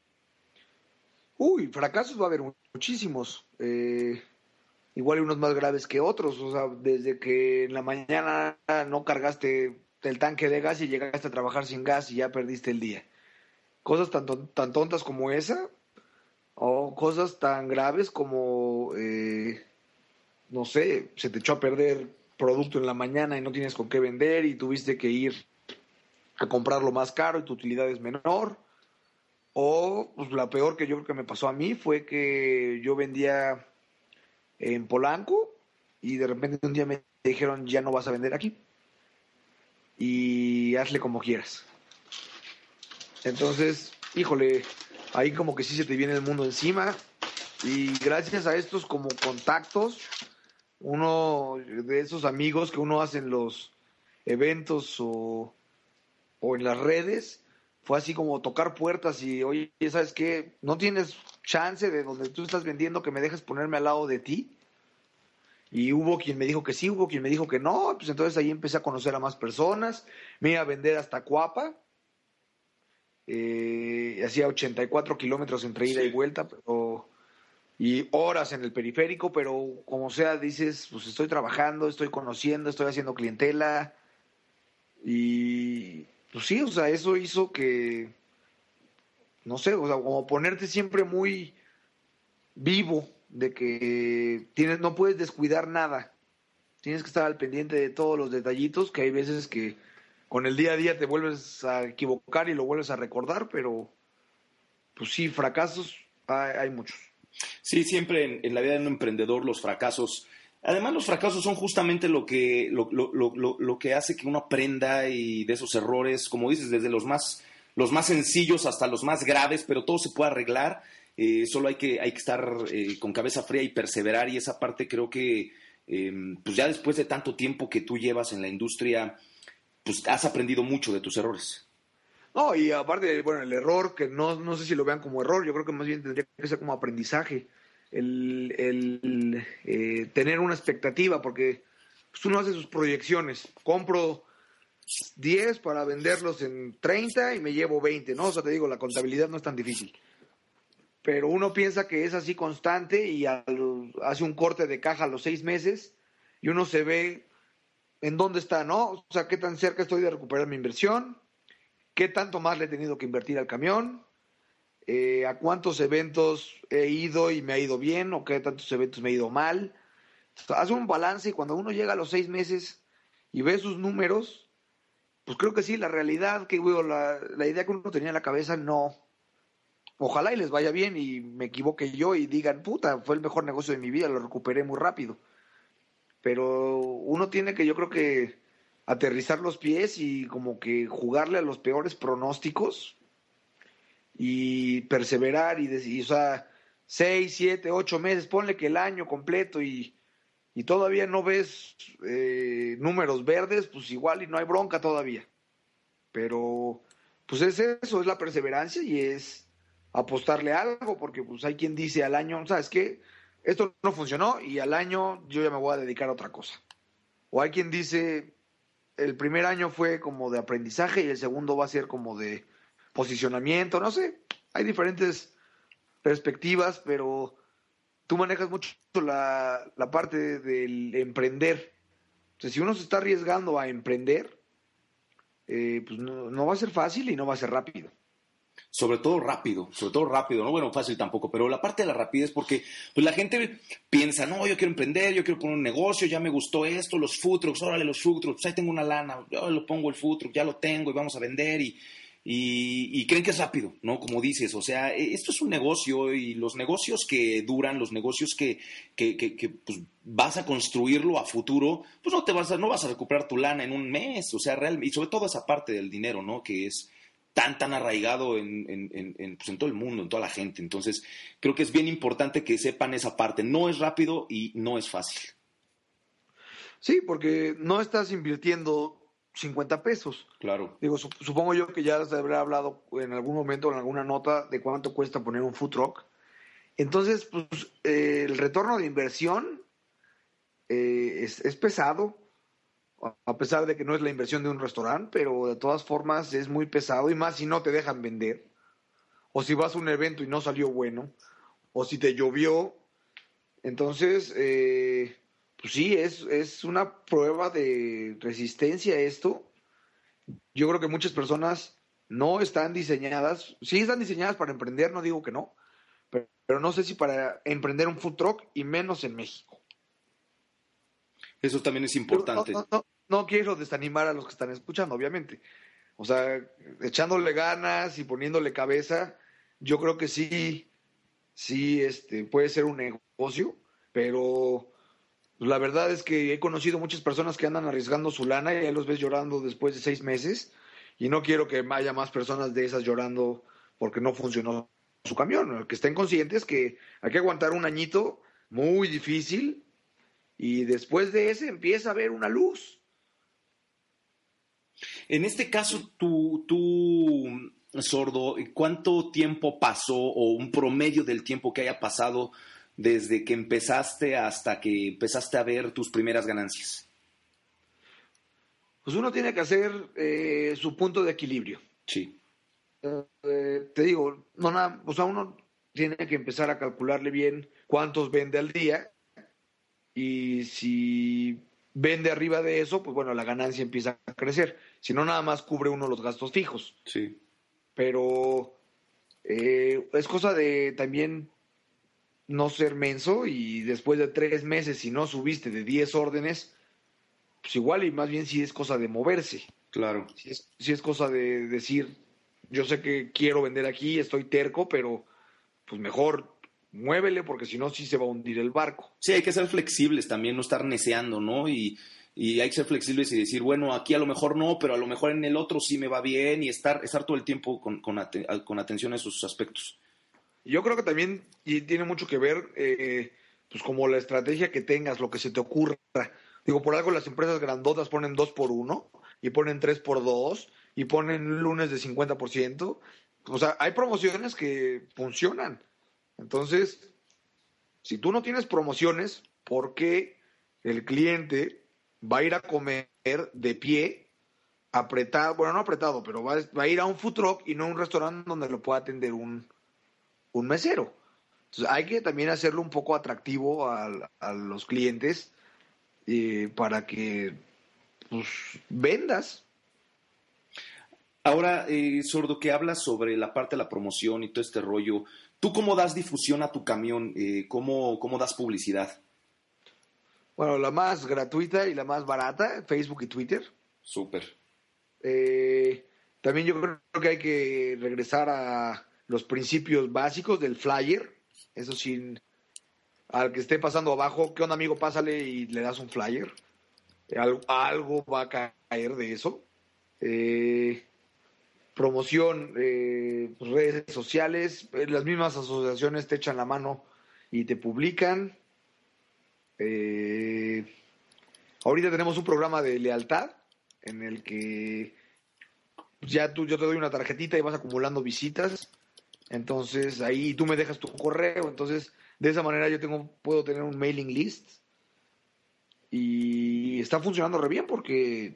Uy, fracasos va a haber muchísimos. Eh, igual y unos más graves que otros. O sea, desde que en la mañana no cargaste el tanque de gas y llegaste a trabajar sin gas y ya perdiste el día. Cosas tan, ton- tan tontas como esa, o cosas tan graves como, eh, no sé, se te echó a perder producto en la mañana y no tienes con qué vender y tuviste que ir a comprarlo más caro y tu utilidad es menor. O pues, la peor que yo creo que me pasó a mí fue que yo vendía en Polanco y de repente un día me dijeron ya no vas a vender aquí y hazle como quieras. Entonces, híjole, ahí como que sí se te viene el mundo encima y gracias a estos como contactos, uno de esos amigos que uno hace en los eventos o, o en las redes, fue así como tocar puertas y, oye, ¿sabes qué? ¿No tienes chance de donde tú estás vendiendo que me dejes ponerme al lado de ti? Y hubo quien me dijo que sí, hubo quien me dijo que no, pues entonces ahí empecé a conocer a más personas, me iba a vender hasta Cuapa, eh, hacía ochenta y cuatro kilómetros entre ida Sí. y vuelta, pero, y horas en el periférico, pero como sea, dices, pues estoy trabajando, estoy conociendo, estoy haciendo clientela, y pues sí, o sea, eso hizo que, no sé, o sea, como ponerte siempre muy vivo, de que tienes, no puedes descuidar nada. Tienes que estar al pendiente de todos los detallitos, que hay veces que con el día a día te vuelves a equivocar y lo vuelves a recordar, pero pues sí, fracasos hay, hay muchos. Sí, siempre en, en la vida de un emprendedor los fracasos, además los fracasos son justamente lo que, lo, lo, lo, lo, lo que hace que uno aprenda y de esos errores, como dices, desde los más, los más sencillos hasta los más graves, pero todo se puede arreglar, eh, solo hay que, hay que estar eh, con cabeza fría y perseverar y esa parte creo que eh, pues ya después de tanto tiempo que tú llevas en la industria, pues has aprendido mucho de tus errores. No, y aparte, bueno, el error, que no, no sé si lo vean como error, yo creo que más bien tendría que ser como aprendizaje. El, el eh, tener una expectativa, porque pues, uno hace sus proyecciones. Compro diez para venderlos en treinta y me llevo veinte, ¿no? O sea, te digo, la contabilidad no es tan difícil. Pero uno piensa que es así constante y a los- hace un corte de caja a los seis meses y uno se ve en dónde está, ¿no? O sea, qué tan cerca estoy de recuperar mi inversión, qué tanto más le he tenido que invertir al camión, eh, a cuántos eventos he ido y me ha ido bien o qué tantos eventos me ha ido mal. O sea, hace un balance y cuando uno llega a los seis meses y ve sus números, pues creo que sí, la realidad, que bueno, la, la idea que uno tenía en la cabeza no, ojalá y les vaya bien y me equivoque yo y digan, puta, fue el mejor negocio de mi vida, lo recuperé muy rápido. Pero uno tiene que, yo creo que aterrizar los pies y como que jugarle a los peores pronósticos y perseverar y decir, o sea, seis, siete, ocho meses, ponle que el año completo y, y todavía no ves eh, números verdes, pues igual y no hay bronca todavía. Pero pues es eso, es la perseverancia y es apostarle a algo, porque pues hay quien dice al año, ¿sabes qué? Esto no funcionó y al año yo ya me voy a dedicar a otra cosa. O hay quien dice, el primer año fue como de aprendizaje y el segundo va a ser como de posicionamiento, no sé, hay diferentes perspectivas, pero tú manejas mucho la, la parte del emprender. Entonces, si uno se está arriesgando a emprender, eh, pues no, no va a ser fácil y no va a ser rápido. Sobre todo rápido, sobre todo rápido, no bueno, fácil tampoco, pero la parte de la rapidez, porque pues la gente piensa, no, yo quiero emprender, yo quiero poner un negocio, ya me gustó esto, los food trucks, órale los food trucks, pues ahí tengo una lana, yo lo pongo el food truck, ya lo tengo y vamos a vender y, y, y creen que es rápido, ¿no? Como dices, o sea, esto es un negocio y los negocios que duran, los negocios que, que, que, que pues, vas a construirlo a futuro, pues no te vas a, no vas a recuperar tu lana en un mes, o sea, realmente, y sobre todo esa parte del dinero, ¿no? Que es tan, tan arraigado en, en, en, en, pues en todo el mundo, en toda la gente. Entonces, creo que es bien importante que sepan esa parte. No es rápido y no es fácil. Sí, porque no estás invirtiendo cincuenta pesos. Claro. Digo, supongo yo que ya se habrá hablado en algún momento, en alguna nota, de cuánto cuesta poner un food truck. Entonces, pues, eh, el retorno de inversión eh, es, es pesado, a pesar de que no es la inversión de un restaurante, pero de todas formas es muy pesado, y más si no te dejan vender, o si vas a un evento y no salió bueno, o si te llovió. Entonces, eh, pues sí, es, es una prueba de resistencia esto. Yo creo que muchas personas no están diseñadas, sí están diseñadas para emprender, no digo que no, pero, pero no sé si para emprender un food truck, y menos en México. Eso también es importante. No, no, no, no quiero desanimar a los que están escuchando, obviamente. O sea, echándole ganas y poniéndole cabeza, yo creo que sí, sí, este, puede ser un negocio, pero la verdad es que he conocido muchas personas que andan arriesgando su lana y ya los ves llorando después de seis meses, y no quiero que haya más personas de esas llorando porque no funcionó su camión. Que estén conscientes que hay que aguantar un añito muy difícil, y después de ese empieza a haber una luz. En este caso, tú, tú, Sordo, ¿cuánto tiempo pasó o un promedio del tiempo que haya pasado desde que empezaste hasta que empezaste a ver tus primeras ganancias? Pues uno tiene que hacer eh, su punto de equilibrio. Sí. Eh, te digo, no nada, o sea, uno tiene que empezar a calcularle bien cuántos vende al día. Y si vende arriba de eso, pues bueno, la ganancia empieza a crecer. Si no, nada más cubre uno los gastos fijos. Sí. Pero eh, es cosa de también no ser menso, y después de tres meses, si no subiste de diez órdenes, pues igual, y más bien si es cosa de moverse. Claro. Si es, si es cosa de decir, yo sé que quiero vender aquí, estoy terco, pero pues mejor muévele, porque si no, sí se va a hundir el barco. Sí, hay que ser flexibles también, no estar neceando, ¿no? Y, y hay que ser flexibles y decir, bueno, aquí a lo mejor no, pero a lo mejor en el otro sí me va bien, y estar, estar todo el tiempo con, con, aten con atención a esos aspectos. Yo creo que también y tiene mucho que ver, eh, pues como la estrategia que tengas, lo que se te ocurra. Digo, por algo las empresas grandotas ponen dos por uno, y ponen tres por dos, y ponen lunes de cincuenta por ciento. O sea, hay promociones que funcionan. Entonces, si tú no tienes promociones, ¿por qué el cliente va a ir a comer de pie, apretado, bueno, no apretado, pero va, va a ir a un food truck y no a un restaurante donde lo pueda atender un, un mesero? Entonces, hay que también hacerlo un poco atractivo a, a los clientes eh, para que pues, vendas. Ahora, eh, Sordo, que hablas sobre la parte de la promoción y todo este rollo, ¿tú cómo das difusión a tu camión? Eh, ¿cómo, ¿Cómo das publicidad? Bueno, la más gratuita y la más barata, Facebook y Twitter. Súper. Eh, también yo creo que hay que regresar a los principios básicos del flyer, eso sin al que esté pasando abajo, ¿qué onda, amigo? Pásale y le das un flyer. Algo, algo va a caer de eso. Eh, promoción, eh, pues, redes sociales, eh, las mismas asociaciones te echan la mano y te publican. Eh, ahorita tenemos un programa de lealtad en el que ya tú, yo te doy una tarjetita y vas acumulando visitas. Entonces ahí tú me dejas tu correo. Entonces de esa manera yo tengo, puedo tener un mailing list y está funcionando re bien porque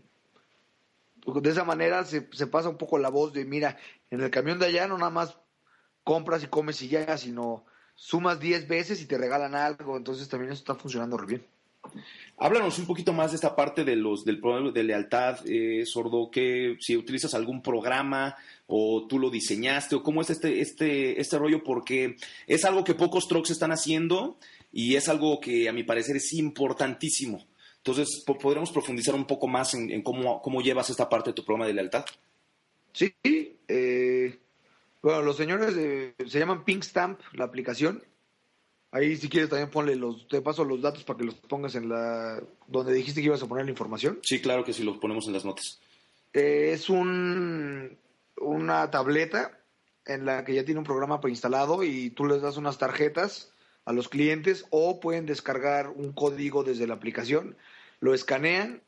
de esa manera se, se pasa un poco la voz de, mira, en el camión de allá no nada más compras y comes y ya, sino sumas diez veces y te regalan algo. Entonces también eso está funcionando re bien. Háblanos un poquito más de esta parte de los del programa de lealtad, eh, Sordo, que si utilizas algún programa o tú lo diseñaste o cómo es este este este rollo, porque es algo que pocos trucks están haciendo y es algo que a mi parecer es importantísimo. Entonces, ¿podríamos profundizar un poco más en, en cómo, cómo llevas esta parte de tu programa de lealtad? Sí, eh, bueno, los señores de, se llaman Pink Stamp, la aplicación. Ahí si quieres también ponle los, te paso los datos para que los pongas en la, donde dijiste que ibas a poner la información. Sí, claro que sí, los ponemos en las notas. Eh, es un, una tableta en la que ya tiene un programa preinstalado y tú les das unas tarjetas a los clientes o pueden descargar un código desde la aplicación, lo escanean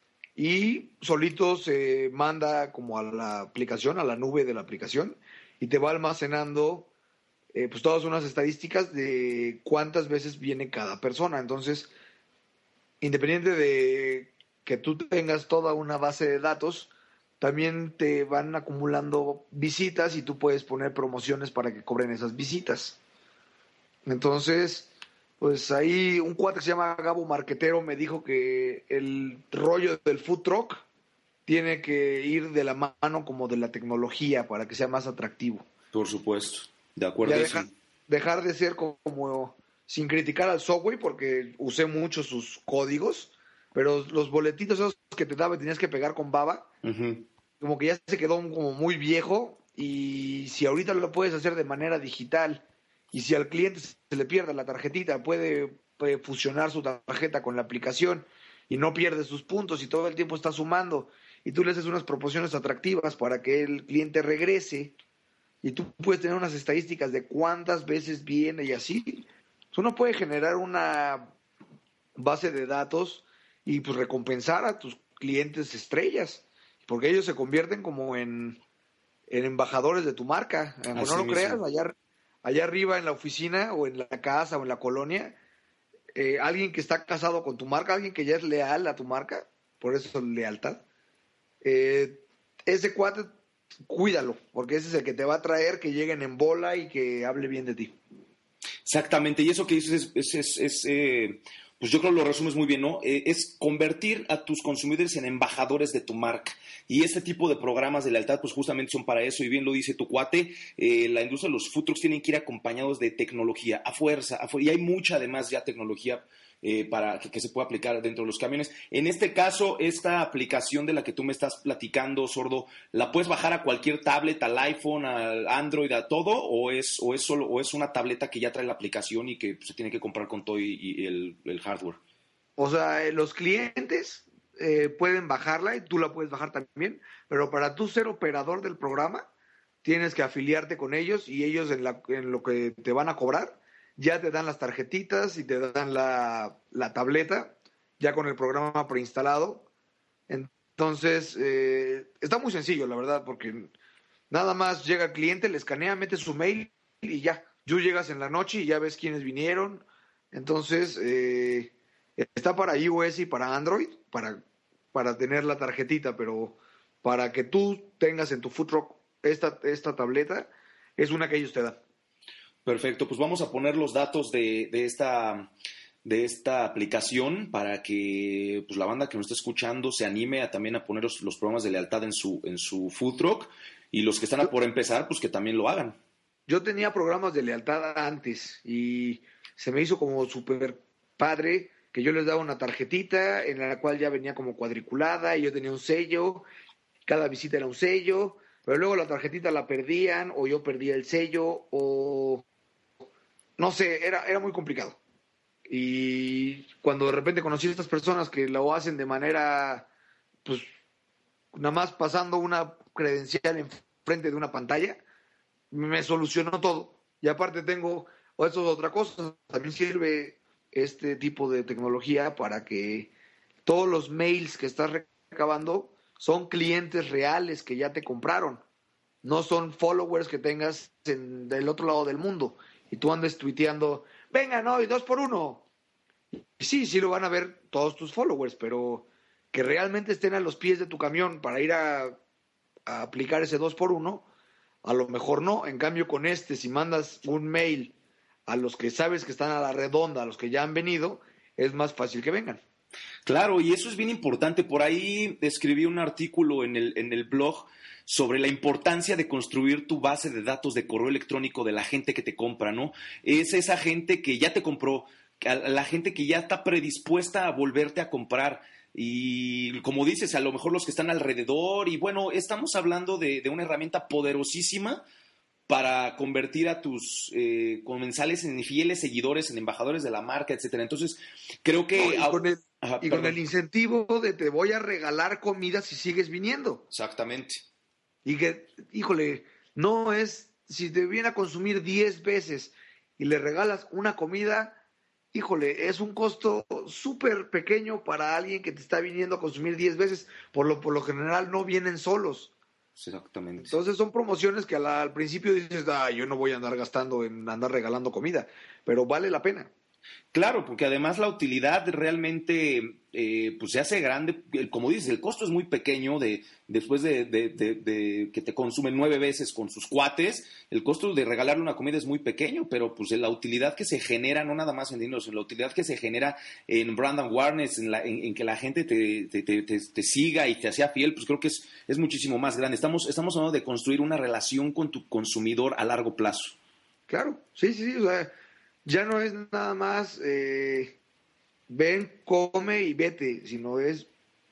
y solito se manda como a la aplicación, a la nube de la aplicación y te va almacenando Eh, pues todas unas estadísticas de cuántas veces viene cada persona. Entonces, independiente de que tú tengas toda una base de datos, también te van acumulando visitas y tú puedes poner promociones para que cobren esas visitas. Entonces, pues ahí un cuate que se llama Gabo Marquetero me dijo que el rollo del food truck tiene que ir de la mano como de la tecnología para que sea más atractivo. Por supuesto. De acuerdo. Dejar, dejar de ser como, como, sin criticar al Subway, porque usé mucho sus códigos, pero los boletitos esos que te daba y tenías que pegar con baba, uh-huh. como que ya se quedó como muy viejo, y si ahorita lo puedes hacer de manera digital, y si al cliente se le pierde la tarjetita, puede, puede fusionar su tarjeta con la aplicación, y no pierde sus puntos, y todo el tiempo está sumando, y tú le haces unas proporciones atractivas para que el cliente regrese, y tú puedes tener unas estadísticas de cuántas veces viene y así. Uno puede generar una base de datos y pues recompensar a tus clientes estrellas, porque ellos se convierten como en, en embajadores de tu marca. Aunque no lo mismo. creas, allá, allá arriba en la oficina o en la casa o en la colonia, eh, alguien que está casado con tu marca, alguien que ya es leal a tu marca, por eso es lealtad, eh, ese cuate cuídalo, porque ese es el que te va a traer que lleguen en bola y que hable bien de ti. Exactamente, y eso que dices es, es, es, es eh, pues yo creo que lo resumes muy bien, ¿no? Eh, es convertir a tus consumidores en embajadores de tu marca. Y este tipo de programas de lealtad, pues justamente son para eso, y bien lo dice tu cuate, eh, la industria de los food trucks tienen que ir acompañados de tecnología, a fuerza, a fuerza, y hay mucha además ya tecnología Eh, para que, que se pueda aplicar dentro de los camiones. En este caso, esta aplicación de la que tú me estás platicando, Sordo, ¿la puedes bajar a cualquier tablet, al iPhone, al Android, a todo? ¿O es, o es solo, o es una tableta que ya trae la aplicación y que se tiene que comprar con todo y, y el, el hardware? O sea, eh, los clientes eh, pueden bajarla y tú la puedes bajar también, pero para tú ser operador del programa, tienes que afiliarte con ellos y ellos en, la, en lo que te van a cobrar ya te dan las tarjetitas y te dan la, la tableta, ya con el programa preinstalado. Entonces, eh, está muy sencillo, la verdad, porque nada más llega el cliente, le escanea, mete su mail y ya. Tú llegas en la noche y ya ves quiénes vinieron. Entonces, eh, está para iOS y para Android, para, para tener la tarjetita, pero para que tú tengas en tu food truck esta, esta tableta, es una que ellos te dan. Perfecto, pues vamos a poner los datos de, de esta de esta aplicación para que pues la banda que nos está escuchando se anime a también a poner los, los programas de lealtad en su en su food truck, y los que están a por empezar pues que también lo hagan. Yo tenía programas de lealtad antes y se me hizo como súper padre que yo les daba una tarjetita en la cual ya venía como cuadriculada y yo tenía un sello, cada visita era un sello. pero luego la tarjetita la perdían o yo perdía el sello o no sé, era, era muy complicado. Y cuando de repente conocí a estas personas que lo hacen de manera, pues, nada más pasando una credencial enfrente de una pantalla, me solucionó todo. Y aparte tengo, o eso es otra cosa, también sirve este tipo de tecnología para que todos los mails que estás recabando son clientes reales que ya te compraron. No son followers que tengas en, del otro lado del mundo. Y tú andes tuiteando, venga, no, y dos por uno. Y sí, sí lo van a ver todos tus followers, pero que realmente estén a los pies de tu camión para ir a, a aplicar ese dos por uno, a lo mejor no. En cambio, con este, si mandas un mail a los que sabes que están a la redonda, a los que ya han venido, es más fácil que vengan. Claro, y eso es bien importante. Por ahí escribí un artículo en el, en el blog sobre la importancia de construir tu base de datos de correo electrónico de la gente que te compra, ¿no? Es esa gente que ya te compró, la gente que ya está predispuesta a volverte a comprar. Y como dices, a lo mejor los que están alrededor. Y bueno, estamos hablando de, de una herramienta poderosísima para convertir a tus eh, comensales en fieles seguidores, en embajadores de la marca, etcétera. Entonces, creo que... No, y con el, Ajá, y con el incentivo de te voy a regalar comida si sigues viniendo. Exactamente. Y que, híjole, no es, si te viene a consumir diez veces y le regalas una comida, híjole, es un costo súper pequeño para alguien que te está viniendo a consumir diez veces. Por lo, por lo general no vienen solos. Exactamente. Entonces son promociones que al, al principio dices, ah, yo no voy a andar gastando en andar regalando comida, pero vale la pena. Claro, porque además la utilidad realmente eh, pues se hace grande. Como dices, el costo es muy pequeño de después de, de, de, de que te consumen nueve veces con sus cuates. El costo de regalarle una comida es muy pequeño, pero pues la utilidad que se genera, no nada más en dinero, sino la utilidad que se genera en brand awareness, en, la, en, en que la gente te, te, te, te, te siga y te sea fiel, pues creo que es, es muchísimo más grande. Estamos, estamos hablando de construir una relación con tu consumidor a largo plazo. Claro, sí, sí, sí, o sea, ya no es nada más eh, ven, come y vete, sino es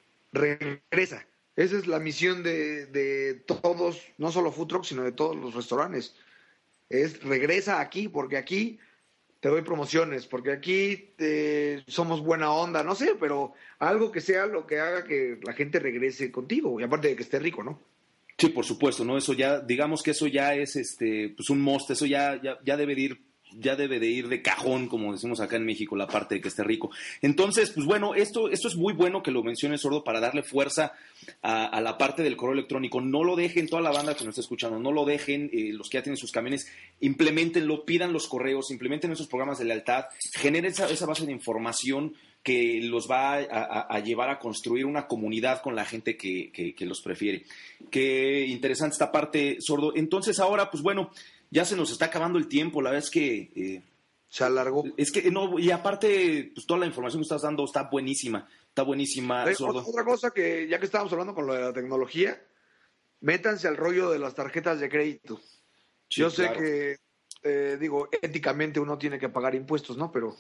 regresa. Esa es la misión de, de todos, no solo Food Truck, sino de todos los restaurantes. Es regresa aquí, porque aquí te doy promociones, porque aquí eh, somos buena onda, no sé, pero algo que sea lo que haga que la gente regrese contigo, y aparte de que esté rico, ¿no? Sí, por supuesto, ¿no? Eso ya, digamos que eso ya es este, pues un must, eso ya, ya, ya debe de ir ya debe de ir de cajón, como decimos acá en México, la parte de que esté rico. Entonces, pues bueno, esto, esto es muy bueno que lo menciones, Sordo, para darle fuerza a, a la parte del correo electrónico. No lo dejen, toda la banda que nos está escuchando, no lo dejen, eh, los que ya tienen sus camiones, implementenlo, pidan los correos, implementen esos programas de lealtad, generen esa, esa base de información que los va a, a, a llevar a construir una comunidad con la gente que, que, que los prefiere. Qué interesante esta parte, Sordo. Entonces ahora, pues bueno, ya se nos está acabando el tiempo, la verdad es que... Eh, se alargó. Es que, no, y aparte, pues toda la información que estás dando está buenísima, está buenísima, Eh, Sordo. Otra cosa que, ya que estábamos hablando con lo de la tecnología, métanse al rollo de las tarjetas de crédito. Sí, Yo sé claro. que, eh, digo, éticamente uno tiene que pagar impuestos, ¿no? Pero,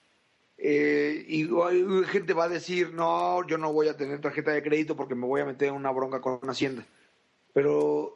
eh, y hay gente va a decir, no, yo no voy a tener tarjeta de crédito porque me voy a meter en una bronca con Hacienda. Pero...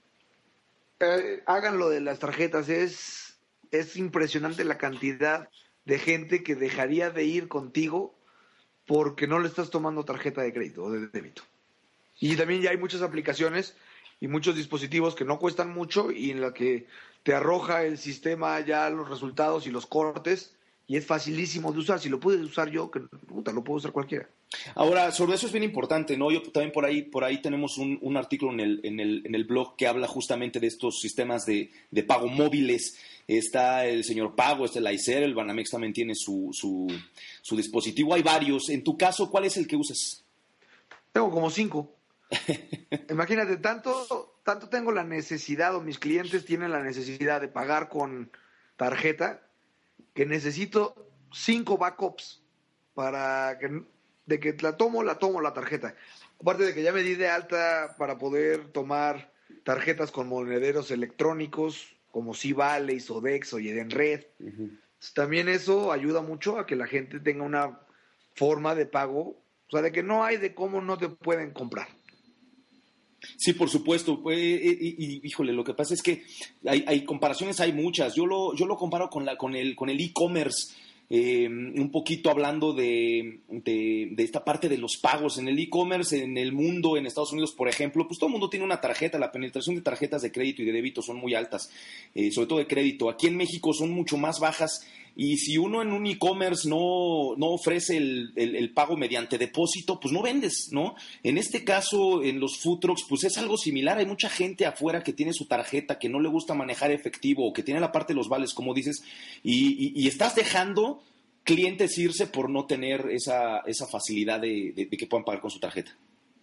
Eh, hagan lo de las tarjetas, es, es impresionante la cantidad de gente que dejaría de ir contigo porque no le estás tomando tarjeta de crédito o de débito. Y también ya hay muchas aplicaciones y muchos dispositivos que no cuestan mucho y en la que te arroja el sistema ya los resultados y los cortes y es facilísimo de usar. Si lo puedes usar yo, que puta, lo puedo usar cualquiera. Ahora, sobre eso es bien importante, ¿no? Yo también por ahí, por ahí tenemos un, un artículo en el, en, el, en el blog que habla justamente de estos sistemas de, de pago móviles. Está el señor Pago, está el Aicer, el Banamex también tiene su, su, su dispositivo. Hay varios. En tu caso, ¿cuál es el que usas? Tengo como cinco. Imagínate, tanto, tanto tengo la necesidad, o mis clientes tienen la necesidad de pagar con tarjeta, que necesito cinco backups para que... de que la tomo, la tomo la tarjeta. Aparte de que ya me di de alta para poder tomar tarjetas con monederos electrónicos, como Civale, Sodexo y Edenred. Uh-huh. También eso ayuda mucho a que la gente tenga una forma de pago, o sea, de que no hay de cómo no te pueden comprar. Sí, por supuesto. Pues, y, y, híjole, lo que pasa es que hay, hay comparaciones, hay muchas. Yo lo, yo lo comparo con la, con el, con el e-commerce. Eh, un poquito hablando de, de, de esta parte de los pagos en el e-commerce, en el mundo, en Estados Unidos, por ejemplo, pues todo el mundo tiene una tarjeta, la penetración de tarjetas de crédito y de débito son muy altas, eh, sobre todo de crédito. Aquí en México son mucho más bajas y si uno en un e-commerce no, no ofrece el, el, el pago mediante depósito, pues no vendes, ¿no? En este caso, en los food trucks, pues es algo similar. Hay mucha gente afuera que tiene su tarjeta, que no le gusta manejar efectivo o que tiene la parte de los vales, como dices, y, y, y estás dejando clientes irse por no tener esa, esa facilidad de, de, de que puedan pagar con su tarjeta.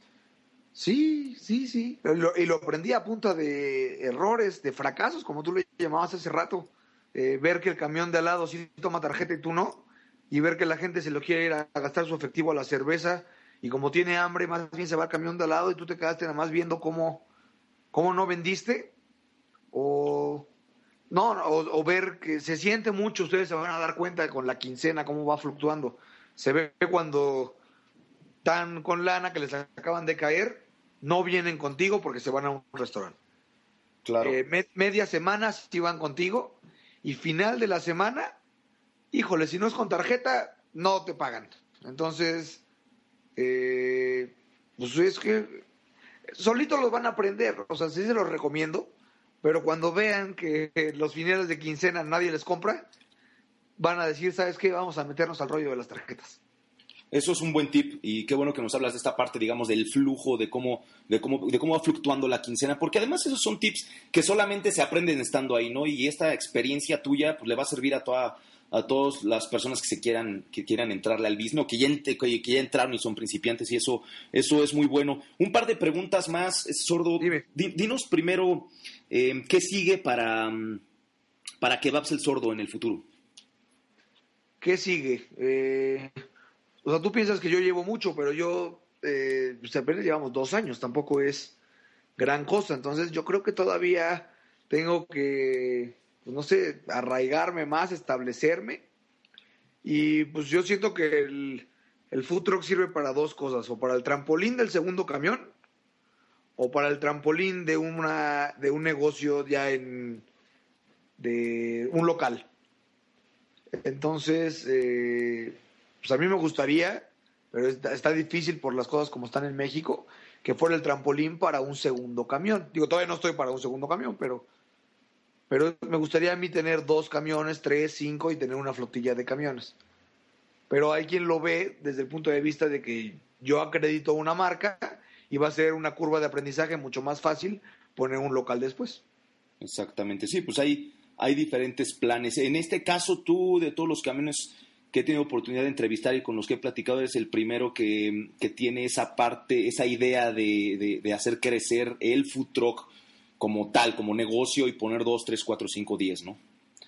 Sí, sí, sí. Lo, y lo aprendí a punta de errores, de fracasos, como tú lo llamabas hace rato. Eh, ver que el camión de al lado sí toma tarjeta y tú no, y ver que la gente se lo quiere ir a, a gastar su efectivo a la cerveza, y como tiene hambre, más bien se va al camión de al lado y tú te quedaste nada más viendo cómo, cómo no vendiste, o... No, o, o ver que se siente mucho, ustedes se van a dar cuenta con la quincena cómo va fluctuando. Se ve cuando están con lana que les acaban de caer, no vienen contigo porque se van a un restaurante. Claro. Eh, me, media semana sí van contigo y final de la semana, híjole, si no es con tarjeta, no te pagan. Entonces, eh, pues es que solitos los van a aprender, o sea, sí se los recomiendo. Pero cuando vean que los finales de quincena nadie les compra, van a decir, ¿sabes qué? Vamos a meternos al rollo de las tarjetas. Eso es un buen tip y qué bueno que nos hablas de esta parte, digamos, del flujo, de cómo, de cómo, de cómo va fluctuando la quincena, porque además esos son tips que solamente se aprenden estando ahí, ¿no? Y esta experiencia tuya, pues le va a servir a toda, a todas las personas que se quieran, que quieran entrarle al business, que ya, que, que ya entraron y son principiantes, y eso, eso es muy bueno. Un par de preguntas más, Sordo. Dime. Di, dinos primero, eh, ¿qué sigue para, para Kebabs El Sordo en el futuro? ¿Qué sigue? Eh, o sea, tú piensas que yo llevo mucho, pero yo, eh, pues apenas llevamos dos años, tampoco es gran cosa. Entonces yo creo que todavía tengo que, pues no sé, arraigarme más, establecerme. Y pues yo siento que el, el food truck sirve para dos cosas, o para el trampolín del segundo camión, o para el trampolín de una de un negocio ya en de un local. Entonces, eh, pues a mí me gustaría, pero está, está difícil por las cosas como están en México, que fuera el trampolín para un segundo camión. Digo, todavía no estoy para un segundo camión, pero pero me gustaría a mí tener dos camiones, tres, cinco y tener una flotilla de camiones. Pero hay quien lo ve desde el punto de vista de que yo acredito una marca y va a ser una curva de aprendizaje mucho más fácil poner un local después. Exactamente, sí, pues hay, hay diferentes planes. En este caso, tú, de todos los camiones que he tenido oportunidad de entrevistar y con los que he platicado, eres el primero que, que tiene esa parte, esa idea de, de, de hacer crecer el food truck como tal, como negocio y poner dos, tres, cuatro, cinco, diez, ¿no?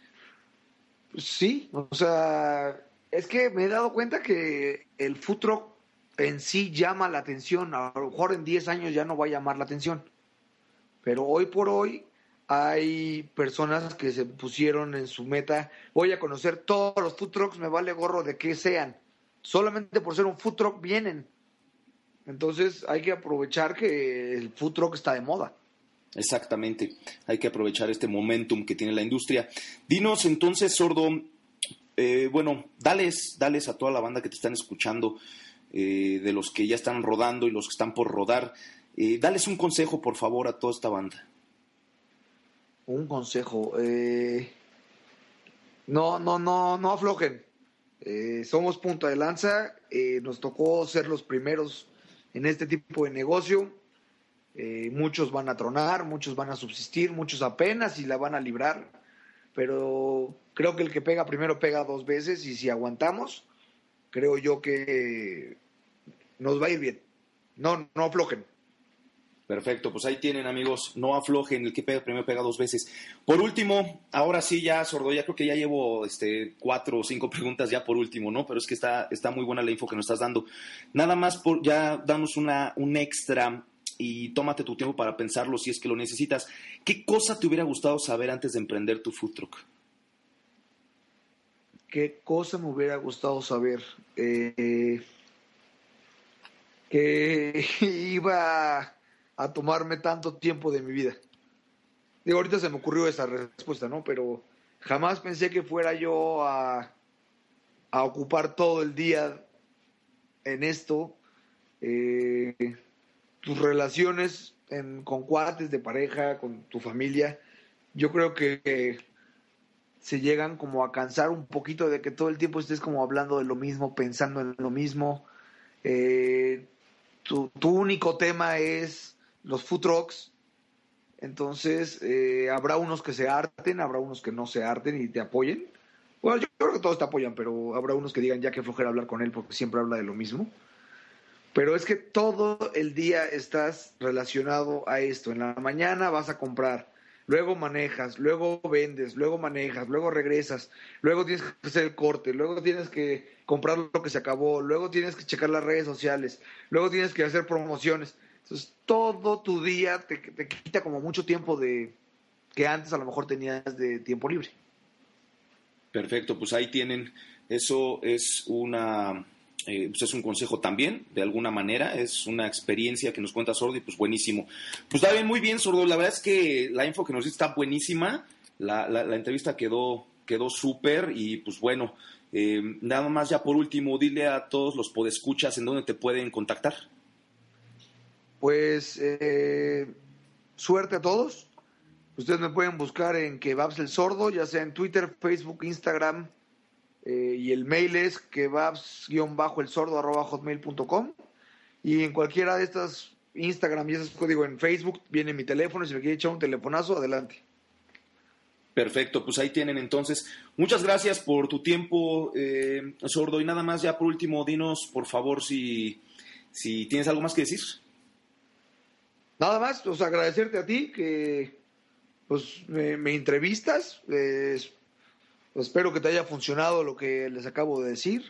Sí, o sea, es que me he dado cuenta que el food truck en sí llama la atención. A lo mejor en diez años ya no va a llamar la atención. Pero hoy por hoy hay personas que se pusieron en su meta, voy a conocer todos los food trucks, me vale gorro de que sean. Solamente por ser un food truck vienen. Entonces hay que aprovechar que el food truck está de moda. Exactamente, hay que aprovechar este momentum que tiene la industria. Dinos entonces, Sordo, eh, bueno, dales, dales a toda la banda que te están escuchando, eh, de los que ya están rodando y los que están por rodar, eh, dales un consejo, por favor, a toda esta banda. Un consejo, eh, no, no, no, no aflojen. Eh, somos punta de lanza, eh, nos tocó ser los primeros en este tipo de negocio. Eh, muchos van a tronar, muchos van a subsistir, muchos apenas y la van a librar, pero creo que el que pega primero pega dos veces y si aguantamos, creo yo que nos va a ir bien. No, no aflojen. Perfecto, pues ahí tienen, amigos, no aflojen, el que pega primero pega dos veces. Por último, ahora sí ya, Sordo, ya creo que ya llevo este, cuatro o cinco preguntas ya por último, ¿no? Pero es que está, está muy buena la info que nos estás dando. Nada más, por, ya danos una, un extra y tómate tu tiempo para pensarlo si es que lo necesitas. ¿Qué cosa te hubiera gustado saber antes de emprender tu food truck? ¿Qué cosa me hubiera gustado saber? Eh, que iba a tomarme tanto tiempo de mi vida. Digo, ahorita se me ocurrió esa respuesta, ¿no? Pero jamás pensé que fuera yo a, a ocupar todo el día en esto. Eh, tus relaciones en, con cuates de pareja, con tu familia, yo creo que, que se llegan como a cansar un poquito de que todo el tiempo estés como hablando de lo mismo, pensando en lo mismo. Eh, tu, tu único tema es los food trucks. Entonces, eh, habrá unos que se harten, habrá unos que no se harten y te apoyen. Bueno, yo creo que todos te apoyan, pero habrá unos que digan ya que flojera hablar con él porque siempre habla de lo mismo. Pero es que todo el día estás relacionado a esto. En la mañana vas a comprar, luego manejas, luego vendes, luego manejas, luego regresas, luego tienes que hacer el corte, luego tienes que comprar lo que se acabó, luego tienes que checar las redes sociales, luego tienes que hacer promociones. Entonces, todo tu día te, te quita como mucho tiempo de que antes a lo mejor tenías de tiempo libre. Perfecto, pues ahí tienen. Eso es una, eh, pues es un consejo también, de alguna manera. Es una experiencia que nos cuenta Sordo y pues buenísimo. Pues está bien, muy bien, Sordo. La verdad es que la info que nos diste está buenísima. La, la, la entrevista quedó, quedó súper y pues bueno, eh, nada más ya por último, dile a todos los podescuchas en dónde te pueden contactar. Pues eh, suerte a todos. Ustedes me pueden buscar en Kebabs el Sordo, ya sea en Twitter, Facebook, Instagram, eh, y el mail es kebabs-el sordo arroba hotmail punto com. Y en cualquiera de estas, Instagram y esos códigos, en Facebook, viene mi teléfono. Si me quiere echar un telefonazo, adelante. Perfecto, pues ahí tienen entonces. Muchas gracias por tu tiempo, eh, Sordo. Y nada más, ya por último, dinos, por favor, si, si tienes algo más que decir. Nada más, pues agradecerte a ti que pues me, me entrevistas. Eh, espero que te haya funcionado lo que les acabo de decir.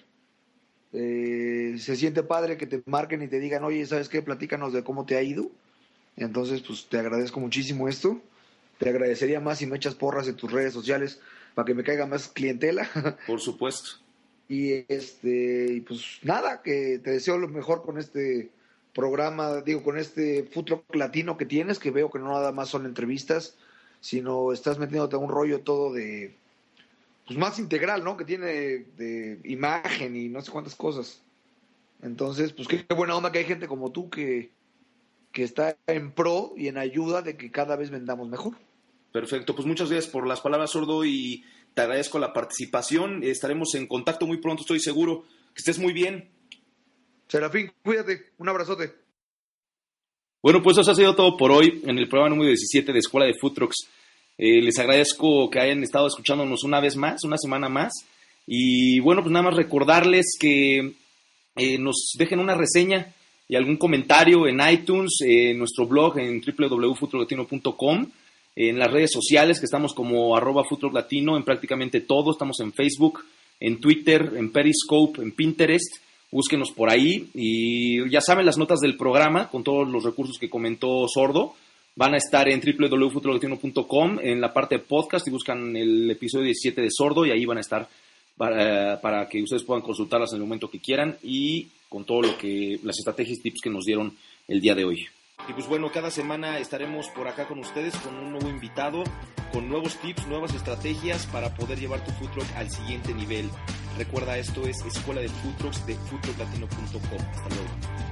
Eh, se siente padre que te marquen y te digan, oye, ¿sabes qué? Platícanos de cómo te ha ido. Entonces, pues te agradezco muchísimo esto. Te agradecería más si me echas porras en tus redes sociales para que me caiga más clientela. Por supuesto. Y este, pues nada, que te deseo lo mejor con este programa, digo, con este Food Truck latino que tienes, que veo que no nada más son entrevistas, sino estás metiéndote a un rollo todo de, pues más integral, ¿no? Que tiene de, de imagen y no sé cuántas cosas. Entonces, pues qué buena onda que hay gente como tú que, que está en pro y en ayuda de que cada vez vendamos mejor. Perfecto, pues muchas gracias por las palabras, Sordo, y te agradezco la participación. Estaremos en contacto muy pronto, estoy seguro. Que estés muy bien. Serafín, cuídate, un abrazote. Bueno, pues eso ha sido todo por hoy en el programa número diecisiete de Escuela de Food Trucks. Eh, les agradezco que hayan estado escuchándonos una vez más, una semana más. Y bueno, pues nada más recordarles que eh, nos dejen una reseña y algún comentario en iTunes, eh, en nuestro blog en doble u doble u doble u punto food truck latino punto com, en las redes sociales que estamos como arroba Food Truck Latino, en prácticamente todo. Estamos en Facebook, en Twitter, en Periscope, en Pinterest. Búsquenos por ahí y ya saben, las notas del programa con todos los recursos que comentó Sordo van a estar en doble u doble u doble u punto food truck latino punto com en la parte de podcast y buscan el episodio diecisiete de Sordo y ahí van a estar para, para que ustedes puedan consultarlas en el momento que quieran y con todo lo que las estrategias y tips que nos dieron el día de hoy. Y pues bueno, cada semana estaremos por acá con ustedes con un nuevo invitado, con nuevos tips, nuevas estrategias para poder llevar tu food truck al siguiente nivel. Recuerda, esto es Escuela de Food Trucks de food truck latino punto com. Hasta luego.